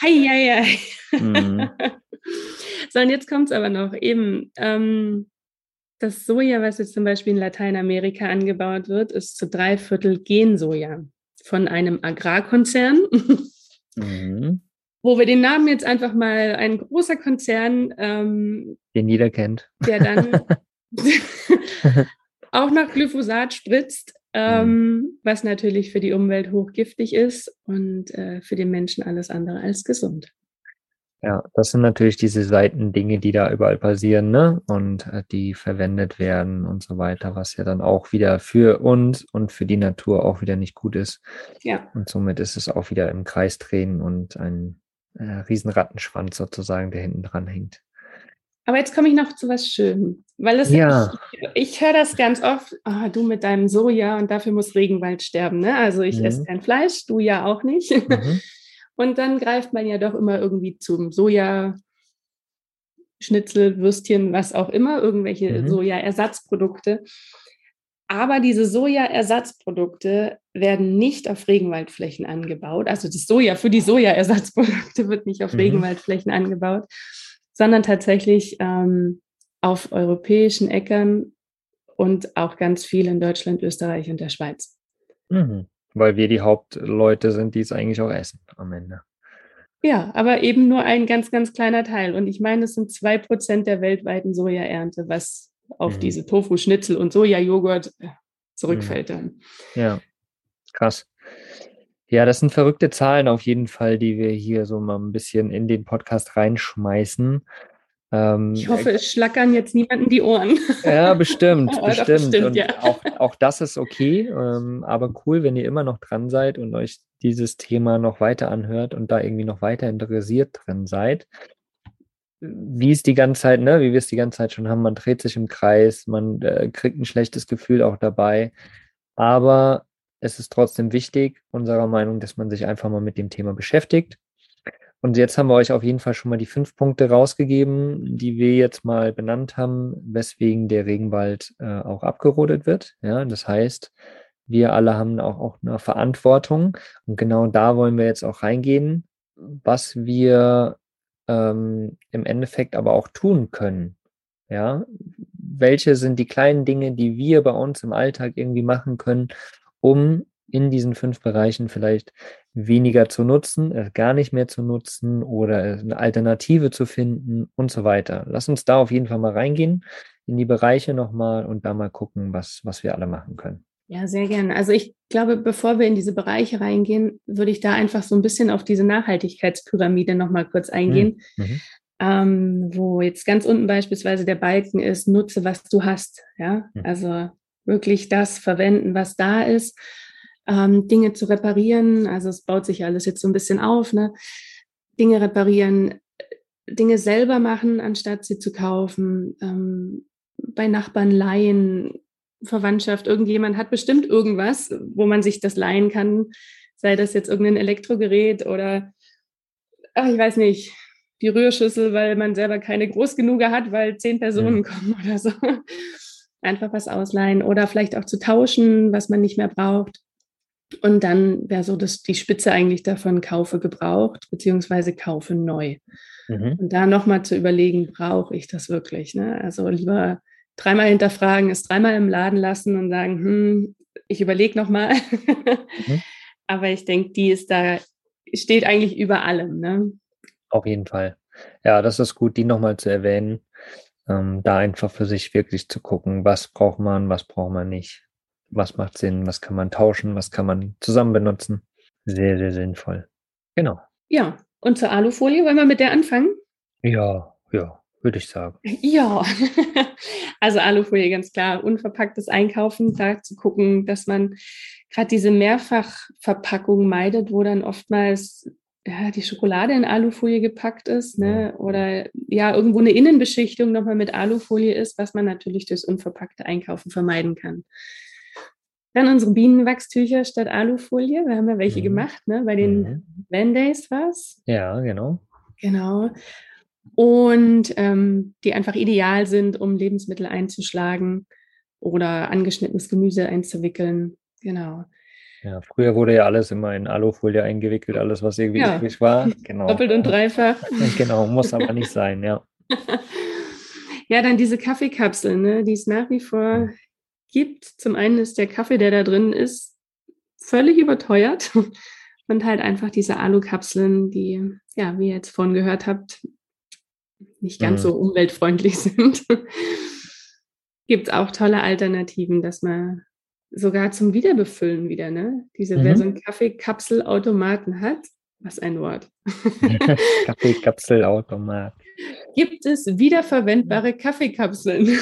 So, und jetzt kommt es aber noch. Eben, das Soja, was jetzt zum Beispiel in Lateinamerika angebaut wird, ist zu 3/4 Gensoja von einem Agrarkonzern. Wo wir den Namen jetzt einfach mal, ein großer Konzern, den jeder kennt, der dann auch noch Glyphosat spritzt, was natürlich für die Umwelt hochgiftig ist und für den Menschen alles andere als gesund. Ja, das sind natürlich diese Seitendinge, die da überall passieren, ne? Und die verwendet werden und so weiter, was ja dann auch wieder für uns und für die Natur auch wieder nicht gut ist. Ja. Und somit ist es auch wieder im Kreis drehen und ein riesen Rattenschwanz sozusagen, der hinten dran hängt. Aber jetzt komme ich noch zu was Schönem, weil ich höre das ganz oft, du mit deinem Soja und dafür muss Regenwald sterben, ne? Also ich esse kein Fleisch, du ja auch nicht. Und dann greift man ja doch immer irgendwie zum Soja, Schnitzel, Würstchen, was auch immer, irgendwelche Sojaersatzprodukte. Aber diese Sojaersatzprodukte werden nicht auf Regenwaldflächen angebaut. Also das Soja für die Sojaersatzprodukte wird nicht auf Regenwaldflächen angebaut, sondern tatsächlich auf europäischen Äckern und auch ganz viel in Deutschland, Österreich und der Schweiz. Weil wir die Hauptleute sind, die es eigentlich auch essen am Ende. Ja, aber eben nur ein ganz, ganz kleiner Teil. Und ich meine, es sind 2% der weltweiten Sojaernte, was auf diese Tofu-Schnitzel und Sojajoghurt zurückfällt dann. Ja, krass. Ja, das sind verrückte Zahlen auf jeden Fall, die wir hier so mal ein bisschen in den Podcast reinschmeißen. Ich hoffe, es schlackern jetzt niemanden die Ohren. Ja, bestimmt. Und ja. auch das ist okay, aber cool, wenn ihr immer noch dran seid und euch dieses Thema noch weiter anhört und da irgendwie noch weiter interessiert drin seid. Wie wir es die ganze Zeit schon haben, man dreht sich im Kreis, man kriegt ein schlechtes Gefühl auch dabei, aber es ist trotzdem wichtig, unserer Meinung, dass man sich einfach mal mit dem Thema beschäftigt. Und jetzt haben wir euch auf jeden Fall schon mal die 5 Punkte rausgegeben, die wir jetzt mal benannt haben, weswegen der Regenwald auch abgerodet wird. Ja, das heißt, wir alle haben auch eine Verantwortung und genau da wollen wir jetzt auch reingehen, was wir im Endeffekt aber auch tun können. Ja, welche sind die kleinen Dinge, die wir bei uns im Alltag irgendwie machen können, um in diesen 5 Bereichen vielleicht weniger zu nutzen, gar nicht mehr zu nutzen oder eine Alternative zu finden und so weiter. Lass uns da auf jeden Fall mal reingehen in die Bereiche nochmal und da mal gucken, was wir alle machen können. Ja, sehr gerne. Also ich glaube, bevor wir in diese Bereiche reingehen, würde ich da einfach so ein bisschen auf diese Nachhaltigkeitspyramide nochmal kurz eingehen, wo jetzt ganz unten beispielsweise der Balken ist, nutze, was du hast. Ja, also wirklich das verwenden, was da ist. Dinge zu reparieren, also es baut sich alles jetzt so ein bisschen auf, ne? Dinge reparieren, Dinge selber machen, anstatt sie zu kaufen, bei Nachbarn leihen, Verwandtschaft, irgendjemand hat bestimmt irgendwas, wo man sich das leihen kann, sei das jetzt irgendein Elektrogerät oder, ich weiß nicht, die Rührschüssel, weil man selber keine groß genug hat, weil 10 Personen kommen oder so. Einfach was ausleihen oder vielleicht auch zu tauschen, was man nicht mehr braucht. Und dann wäre so die Spitze eigentlich davon, kaufe gebraucht, beziehungsweise kaufe neu. Und da nochmal zu überlegen, brauche ich das wirklich? Ne? Also lieber dreimal hinterfragen, es dreimal im Laden lassen und sagen, ich überlege nochmal. Mhm. Aber ich denke, steht eigentlich über allem, ne? Auf jeden Fall. Ja, das ist gut, die nochmal zu erwähnen. Da einfach für sich wirklich zu gucken, was braucht man nicht, was macht Sinn, was kann man tauschen, was kann man zusammen benutzen. Sehr, sehr sinnvoll. Genau. Ja, und zur Alufolie, wollen wir mit der anfangen? Ja, würde ich sagen. Ja, also Alufolie, ganz klar, unverpacktes Einkaufen, da zu gucken, dass man gerade diese Mehrfachverpackung meidet, wo dann oftmals die Schokolade in Alufolie gepackt ist, ne? Oder ja, irgendwo eine Innenbeschichtung nochmal mit Alufolie ist, was man natürlich durchs unverpackte Einkaufen vermeiden kann. Dann unsere Bienenwachstücher statt Alufolie, wir haben ja welche gemacht, ne? Bei den Band-Aids war's. Ja, genau. Genau. Und die einfach ideal sind, um Lebensmittel einzuschlagen oder angeschnittenes Gemüse einzuwickeln. Genau. Ja, früher wurde ja alles immer in Alufolie eingewickelt, alles, was irgendwie Ja, übrig war. Genau. doppelt und dreifach. Genau, muss aber nicht sein, ja. Ja, dann diese Kaffeekapseln, ne, die es nach wie vor gibt. Zum einen ist der Kaffee, der da drin ist, völlig überteuert. Und halt einfach diese Alukapseln, die, ja, wie ihr jetzt vorhin gehört habt, nicht ganz so umweltfreundlich sind. Gibt es auch tolle Alternativen, dass man sogar zum Wiederbefüllen wieder, ne? Wer so einen Kaffeekapselautomaten hat, was ein Wort. Kaffeekapselautomat. Gibt es wiederverwendbare Kaffeekapseln?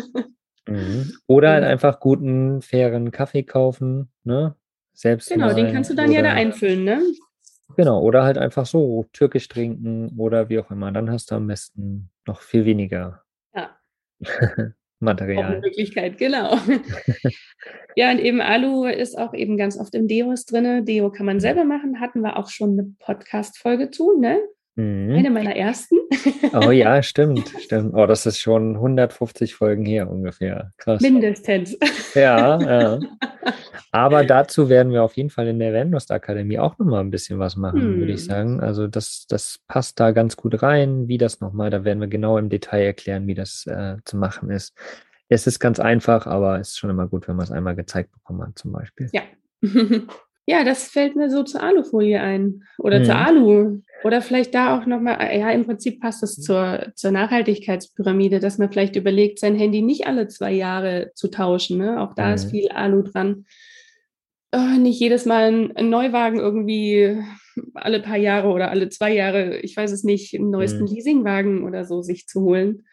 Oder halt einfach guten, fairen Kaffee kaufen, ne? Selbst Genau, den malen kannst du dann ja da einfüllen, ne? Genau, oder halt einfach so türkisch trinken oder wie auch immer. Dann hast du am besten noch viel weniger Ja. Material. Auch eine Möglichkeit, genau. Ja, und eben Alu ist auch eben ganz oft im Deos drin. Deo kann man selber machen, hatten wir auch schon eine Podcast-Folge zu, ne? Eine meiner ersten. Oh ja, stimmt. Oh, das ist schon 150 Folgen her ungefähr. Krass. Mindestens. Ja. Aber dazu werden wir auf jeden Fall in der Vanlust-Akademie auch nochmal ein bisschen was machen, würde ich sagen. Also das passt da ganz gut rein. Wie das nochmal, da werden wir genau im Detail erklären, wie das zu machen ist. Es ist ganz einfach, aber es ist schon immer gut, wenn man es einmal gezeigt bekommen hat, zum Beispiel. Ja. Ja, das fällt mir so zur Alufolie ein. Oder zur Alu. Oder vielleicht da auch nochmal, ja, im Prinzip passt es zur Nachhaltigkeitspyramide, dass man vielleicht überlegt, sein Handy nicht alle 2 Jahre zu tauschen. Ne? Auch da ist viel Alu dran. Nicht jedes Mal ein Neuwagen irgendwie alle paar Jahre oder alle 2 Jahre, ich weiß es nicht, einen neuesten Leasingwagen oder so sich zu holen.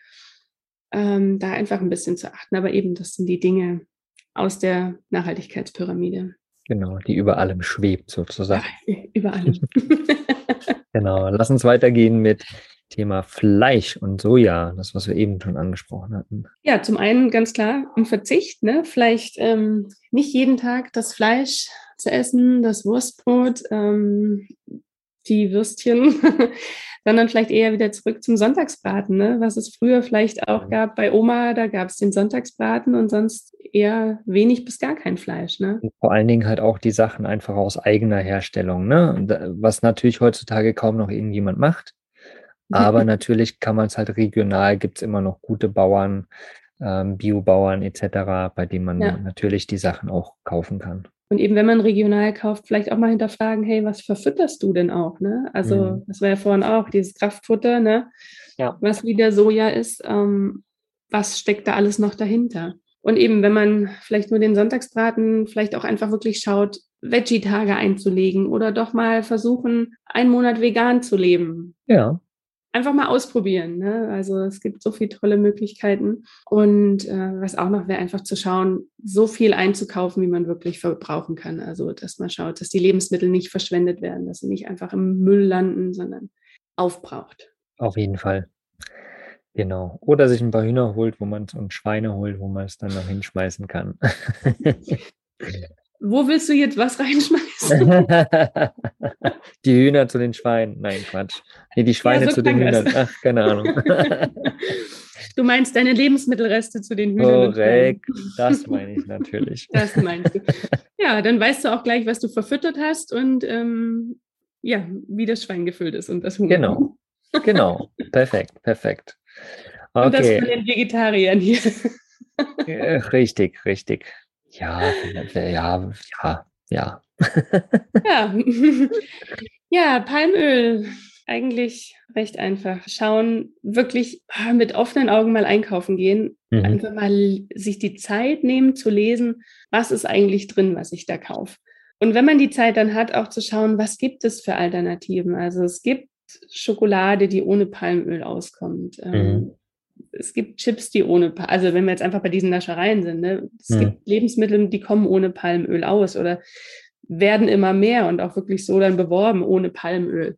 Da einfach ein bisschen zu achten. Aber eben, das sind die Dinge aus der Nachhaltigkeitspyramide. Genau, die über allem schwebt sozusagen. Ja, über allem. Genau, lass uns weitergehen mit Thema Fleisch und Soja, das, was wir eben schon angesprochen hatten. Ja, zum einen ganz klar ein Verzicht, ne? Vielleicht nicht jeden Tag das Fleisch zu essen, das Wurstbrot, die Würstchen, sondern vielleicht eher wieder zurück zum Sonntagsbraten, ne? Was es früher vielleicht auch gab bei Oma, da gab es den Sonntagsbraten und sonst eher wenig bis gar kein Fleisch, ne? Und vor allen Dingen halt auch die Sachen einfach aus eigener Herstellung, ne? Und, was natürlich heutzutage kaum noch irgendjemand macht. Aber natürlich kann man es halt regional, gibt es immer noch gute Bauern, Biobauern etc., bei denen man natürlich die Sachen auch kaufen kann. Und eben, wenn man regional kauft, vielleicht auch mal hinterfragen, hey, was verfütterst du denn auch, ne? Also, das war ja vorhin auch, dieses Kraftfutter, ne? Ja. Was wieder Soja ist, was steckt da alles noch dahinter? Und eben, wenn man vielleicht nur den Sonntagsbraten, vielleicht auch einfach wirklich schaut, Veggie-Tage einzulegen oder doch mal versuchen, einen Monat vegan zu leben. Ja. Einfach mal ausprobieren. Ne? Also es gibt so viele tolle Möglichkeiten. Und was auch noch wäre, einfach zu schauen, so viel einzukaufen, wie man wirklich verbrauchen kann. Also dass man schaut, dass die Lebensmittel nicht verschwendet werden, dass sie nicht einfach im Müll landen, sondern aufbraucht. Auf jeden Fall. Genau. Oder sich ein paar Hühner holt, und Schweine holt, wo man es dann noch hinschmeißen kann. Wo willst du jetzt was reinschmeißen? Die Hühner zu den Schweinen. Nein, Quatsch. Nee, die Schweine zu den Hühnern. Ach, keine Ahnung. Du meinst deine Lebensmittelreste zu den Hühnern. Korrekt, das meine ich natürlich. Das meinst du. Ja, dann weißt du auch gleich, was du verfüttert hast und wie das Schwein gefüllt ist und das Huhn. Genau. Perfekt. Okay. Und das von den Vegetariern hier. Richtig, richtig. Ja, ja, ja, ja. Ja. Ja, Palmöl. Eigentlich recht einfach. Schauen, wirklich mit offenen Augen mal einkaufen gehen. Mhm. Einfach mal sich die Zeit nehmen zu lesen, was ist eigentlich drin, was ich da kaufe. Und wenn man die Zeit dann hat, auch zu schauen, was gibt es für Alternativen. Also es gibt Schokolade, die ohne Palmöl auskommt. Mhm. Es gibt Chips, die ohne, also wenn wir jetzt einfach bei diesen Naschereien sind, ne? Es Mhm. gibt Lebensmittel, die kommen ohne Palmöl aus oder werden immer mehr und auch wirklich so dann beworben ohne Palmöl.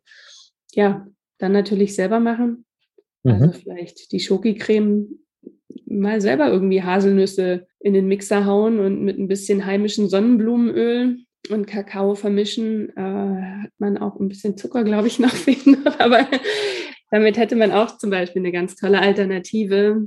Ja, dann natürlich selber machen. Also Mhm. vielleicht die Schokicreme mal selber irgendwie Haselnüsse in den Mixer hauen und mit ein bisschen heimischem Sonnenblumenöl und Kakao vermischen. Hat man auch ein bisschen Zucker, glaube ich, noch fehlen. Aber damit hätte man auch zum Beispiel eine ganz tolle Alternative.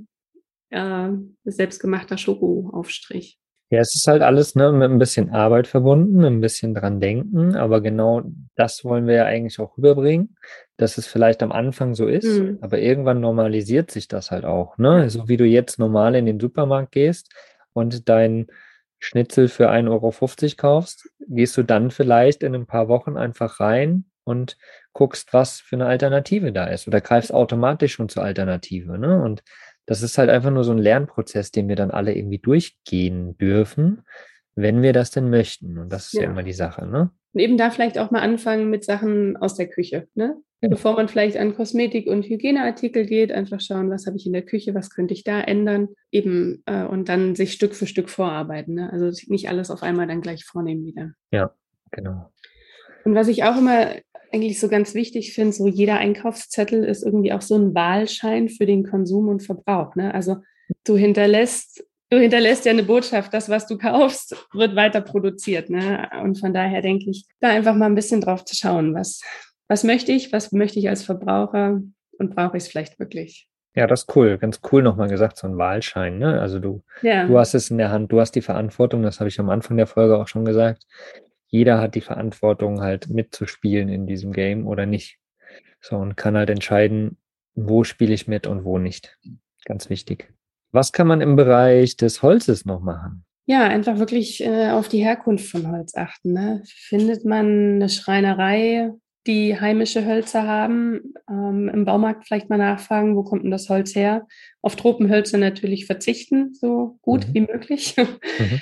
Selbstgemachter Schokoaufstrich. Ja, es ist halt alles, ne, mit ein bisschen Arbeit verbunden, ein bisschen dran denken, aber genau das wollen wir ja eigentlich auch rüberbringen, dass es vielleicht am Anfang so ist, Hm. aber irgendwann normalisiert sich das halt auch, Ja. ne? So wie du jetzt normal in den Supermarkt gehst und dein Schnitzel für 1,50 € kaufst, gehst du dann vielleicht in ein paar Wochen einfach rein und guckst, was für eine Alternative da ist oder greifst automatisch schon zur Alternative, ne? Und das ist halt einfach nur so ein Lernprozess, den wir dann alle irgendwie durchgehen dürfen, wenn wir das denn möchten. Und das ist ja Ja. immer die Sache, ne? Und eben da vielleicht auch mal anfangen mit Sachen aus der Küche, ne? Genau. Bevor man vielleicht an Kosmetik und Hygieneartikel geht, einfach schauen, was habe ich in der Küche, was könnte ich da ändern, eben und dann sich Stück für Stück vorarbeiten, ne? Also nicht alles auf einmal dann gleich vornehmen wieder. Ja, genau. Und was ich auch immer eigentlich so ganz wichtig finde, so jeder Einkaufszettel ist irgendwie auch so ein Wahlschein für den Konsum und Verbrauch, ne? Also du hinterlässt ja eine Botschaft, das, was du kaufst, wird weiter produziert, ne? Und von daher denke ich, da einfach mal ein bisschen drauf zu schauen, was möchte ich als Verbraucher und brauche ich es vielleicht wirklich? Ja, das ist cool. Ganz cool nochmal gesagt, so ein Wahlschein, ne? Also du Ja, hast es in der Hand, du hast die Verantwortung, das habe ich am Anfang der Folge auch schon gesagt. Jeder hat die Verantwortung, halt mitzuspielen in diesem Game oder nicht. So, und kann halt entscheiden, wo spiele ich mit und wo nicht. Ganz wichtig. Was kann man im Bereich des Holzes noch machen? ja, einfach wirklich auf die Herkunft von Holz achten, ne? Findet man eine Schreinerei, die heimische Hölzer haben, im Baumarkt vielleicht mal nachfragen, wo kommt denn das Holz her? Auf Tropenhölzer natürlich verzichten, so gut Mhm. wie möglich. Mhm.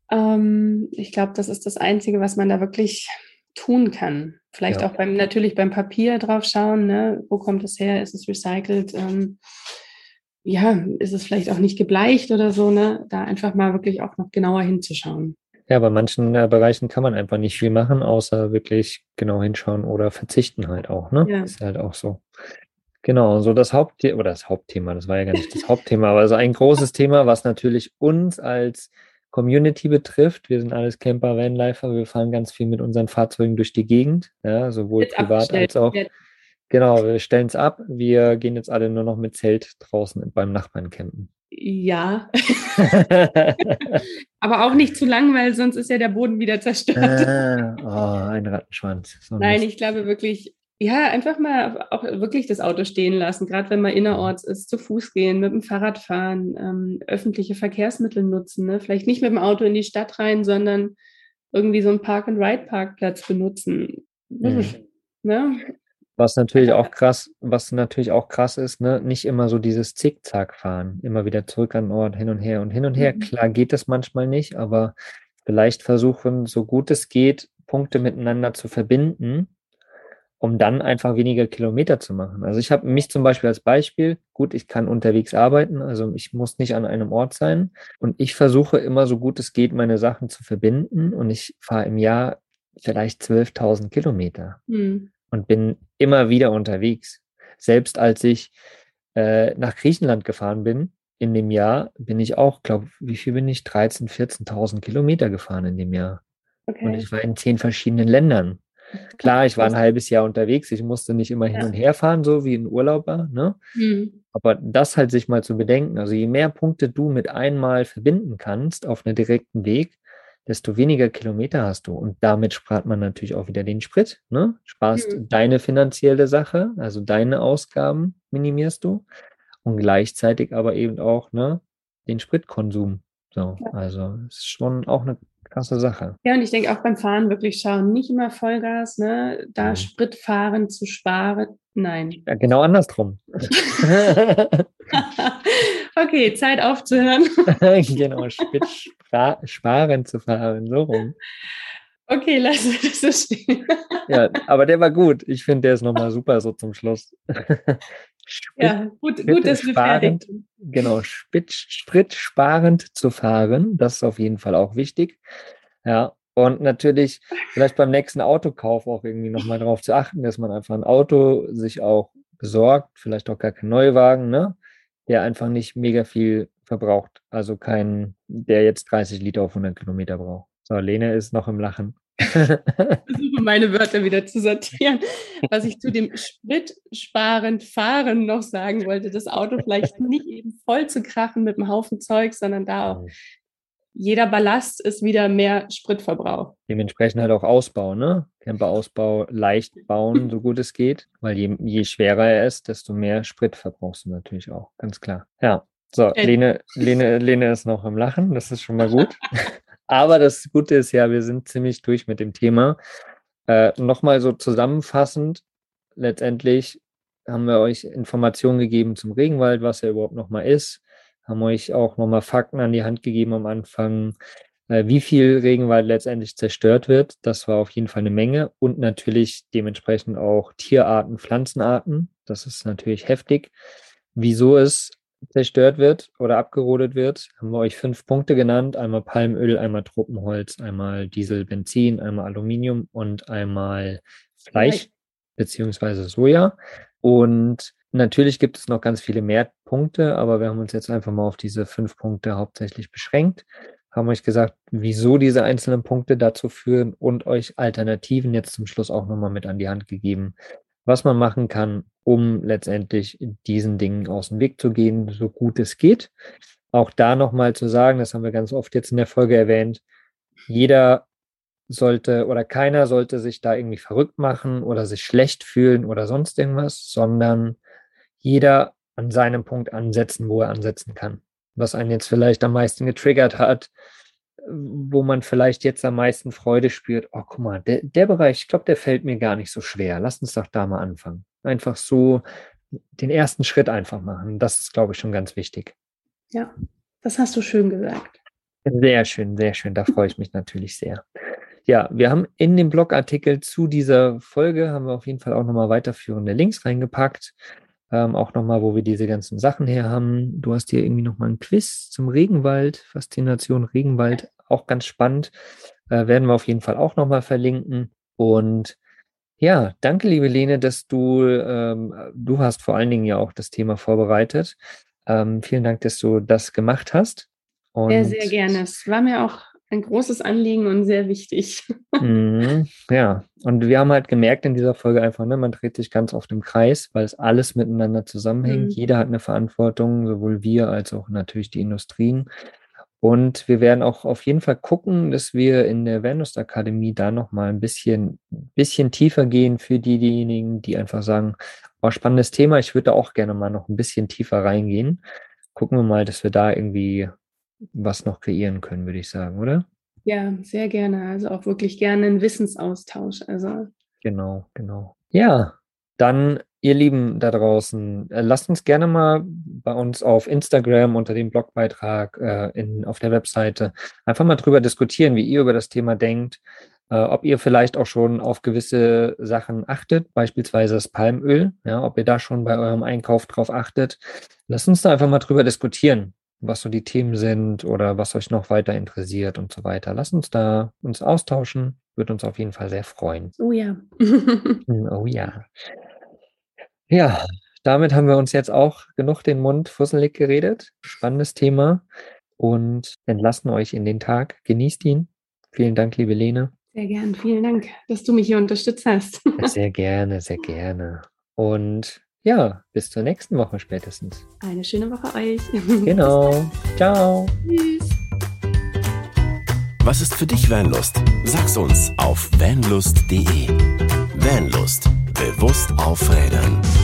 Ich glaube, das ist das Einzige, was man da wirklich tun kann. Vielleicht Ja. auch natürlich beim Papier drauf schauen, ne? Wo kommt es her? Ist es recycelt? Ja, ist es vielleicht auch nicht gebleicht oder so, ne? Da einfach mal wirklich auch noch genauer hinzuschauen. Ja, bei manchen Bereichen kann man einfach nicht viel machen, außer wirklich genau hinschauen oder verzichten halt auch, ne? Ja. Ist halt auch so. Genau, so das Hauptthema, oder das Hauptthema, das war ja gar nicht das Hauptthema, aber so ein großes Thema, was natürlich uns als Community betrifft. Wir sind alles Camper, Vanlifer, wir fahren ganz viel mit unseren Fahrzeugen durch die Gegend, ja, sowohl Jetzt privat abgestellt. als auch, Ja. genau, wir stellen es ab. Wir gehen jetzt alle nur noch mit Zelt draußen beim Nachbarn campen. Ja, aber auch nicht zu lang, weil sonst ist ja der Boden wieder zerstört. Oh, ein Rattenschwanz. So ein Nein, Mist. ich glaube wirklich, ja, einfach mal auch wirklich das Auto stehen lassen, gerade wenn man innerorts ist, zu Fuß gehen, mit dem Fahrrad fahren, öffentliche Verkehrsmittel nutzen, ne? Vielleicht nicht mit dem Auto in die Stadt rein, sondern irgendwie so einen Park-and-Ride-Parkplatz benutzen. Mhm. Ne? Was natürlich auch krass ist, ne, nicht immer so dieses Zickzack fahren, immer wieder zurück an den Ort, hin und her und hin und her. Mhm. Klar geht das manchmal nicht, aber vielleicht versuchen, so gut es geht, Punkte miteinander zu verbinden, um dann einfach weniger Kilometer zu machen. Also ich habe mich zum Beispiel als Beispiel, gut, ich kann unterwegs arbeiten, also ich muss nicht an einem Ort sein und ich versuche immer so gut es geht, meine Sachen zu verbinden und ich fahre im Jahr vielleicht 12.000 Kilometer Mhm. und bin immer wieder unterwegs. Selbst als ich nach Griechenland gefahren bin, in dem Jahr, bin ich auch, glaube, wie viel bin ich? 13.000, 14.000 Kilometer gefahren in dem Jahr. Und Okay. ich war in 10 verschiedenen Ländern. Klar, ich war ein Krass. halbes Jahr unterwegs. Ich musste nicht immer hin Ja. und her fahren, so wie ein Urlauber, ne? Mhm. Aber das halt sich mal zu bedenken, also je mehr Punkte du mit einmal verbinden kannst auf einem direkten Weg, desto weniger Kilometer hast du. Und damit spart man natürlich auch wieder den Sprit, ne? Sparst Mhm. deine finanzielle Sache, also deine Ausgaben minimierst du und gleichzeitig aber eben auch, ne? den Spritkonsum. So, also es ist schon auch eine krasse Sache. Ja, und ich denke auch beim Fahren wirklich schauen, nicht immer Vollgas, ne? Da Sprit fahren zu sparen. Nein. Ja, genau andersrum. Okay, Zeit aufzuhören. Genau, sparen zu fahren, so rum. Okay, lass das so stehen. Ja, aber der war gut. Ich finde, der ist nochmal super so zum Schluss. Ja, gut, dass wir fertig sind. Genau, spritsparend zu fahren, das ist auf jeden Fall auch wichtig. Ja, und natürlich vielleicht beim nächsten Autokauf auch irgendwie nochmal darauf zu achten, dass man einfach ein Auto sich auch besorgt, vielleicht auch gar kein Neuwagen, ne? Der einfach nicht mega viel verbraucht. Also kein, der jetzt 30 Liter auf 100 Kilometer braucht. So, Lene ist noch im Lachen. Ich versuche meine Wörter wieder zu sortieren. Was ich zu dem spritsparend fahren noch sagen wollte, das Auto vielleicht nicht eben voll zu krachen mit einem Haufen Zeug, sondern da auch jeder Ballast ist wieder mehr Spritverbrauch. Dementsprechend halt auch Ausbau, ne? Camperausbau leicht bauen, so gut es geht, weil je schwerer er ist, desto mehr Sprit verbrauchst du natürlich auch, ganz klar. Ja, so, Lene ist noch im Lachen, das ist schon mal gut. Aber das Gute ist ja, wir sind ziemlich durch mit dem Thema. Nochmal so zusammenfassend, letztendlich haben wir euch Informationen gegeben zum Regenwald, was er überhaupt nochmal ist, haben euch auch nochmal Fakten an die Hand gegeben am Anfang, wie viel Regenwald letztendlich zerstört wird. Das war auf jeden Fall eine Menge und natürlich dementsprechend auch Tierarten, Pflanzenarten. Das ist natürlich heftig. Wieso es zerstört wird oder abgerodet wird, haben wir euch 5 Punkte genannt. Einmal Palmöl, einmal Tropenholz, einmal Diesel, Benzin, einmal Aluminium und einmal Fleisch beziehungsweise Soja. Und natürlich gibt es noch ganz viele mehr Punkte, aber wir haben uns jetzt einfach mal auf diese 5 Punkte hauptsächlich beschränkt, haben euch gesagt, wieso diese einzelnen Punkte dazu führen und euch Alternativen jetzt zum Schluss auch nochmal mit an die Hand gegeben, was man machen kann, um letztendlich diesen Dingen aus dem Weg zu gehen, so gut es geht. Auch da nochmal zu sagen, das haben wir ganz oft jetzt in der Folge erwähnt, jeder sollte oder keiner sollte sich da irgendwie verrückt machen oder sich schlecht fühlen oder sonst irgendwas, sondern jeder an seinem Punkt ansetzen, wo er ansetzen kann. Was einen jetzt vielleicht am meisten getriggert hat, wo man vielleicht jetzt am meisten Freude spürt, oh, guck mal, der Bereich, ich glaube, der fällt mir gar nicht so schwer. Lass uns doch da mal anfangen. Einfach so den ersten Schritt einfach machen. Das ist, glaube ich, schon ganz wichtig. Ja, das hast du schön gesagt. Sehr schön, sehr schön. Da freue ich mich natürlich sehr. Ja, wir haben in dem Blogartikel zu dieser Folge, haben wir auf jeden Fall auch nochmal weiterführende Links reingepackt. Auch nochmal, wo wir diese ganzen Sachen her haben. Du hast hier irgendwie nochmal ein Quiz zum Regenwald, Faszination Regenwald, auch ganz spannend. Werden wir auf jeden Fall auch nochmal verlinken. Und ja, danke, liebe Lene, dass du hast vor allen Dingen ja auch das Thema vorbereitet. Vielen Dank, dass du das gemacht hast. Und sehr, sehr gerne. Es war mir auch ein großes Anliegen und sehr wichtig. Ja, und wir haben halt gemerkt in dieser Folge einfach, ne, man dreht sich ganz oft im Kreis, weil es alles miteinander zusammenhängt. Jeder hat eine Verantwortung, sowohl wir als auch natürlich die Industrien. Und wir werden auch auf jeden Fall gucken, dass wir in der Vanlust Akademie da nochmal ein bisschen tiefer gehen für diejenigen, die einfach sagen, oh, spannendes Thema, ich würde da auch gerne mal noch ein bisschen tiefer reingehen. Gucken wir mal, dass wir da irgendwie was noch kreieren können, würde ich sagen, oder? Ja, sehr gerne. Also auch wirklich gerne einen Wissensaustausch. Also Genau. Ja, dann, ihr Lieben da draußen, lasst uns gerne mal bei uns auf Instagram unter dem Blogbeitrag auf der Webseite einfach mal drüber diskutieren, wie ihr über das Thema denkt, ob ihr vielleicht auch schon auf gewisse Sachen achtet, beispielsweise das Palmöl, ja, ob ihr da schon bei eurem Einkauf drauf achtet. Lasst uns da einfach mal drüber diskutieren, was so die Themen sind oder was euch noch weiter interessiert und so weiter. Lasst uns da uns austauschen. Würde uns auf jeden Fall sehr freuen. Oh ja. Oh ja. Ja, damit haben wir uns jetzt auch genug den Mund fusselig geredet. Spannendes Thema und entlassen euch in den Tag. Genießt ihn. Vielen Dank, liebe Lene. Sehr gern. Vielen Dank, dass du mich hier unterstützt hast. Sehr gerne, sehr gerne. Und ja, bis zur nächsten Woche spätestens. Eine schöne Woche euch. Genau. Ciao. Tschüss. Was ist für dich Vanlust? Sag's uns auf vanlust.de. Vanlust. Bewusst aufrädern.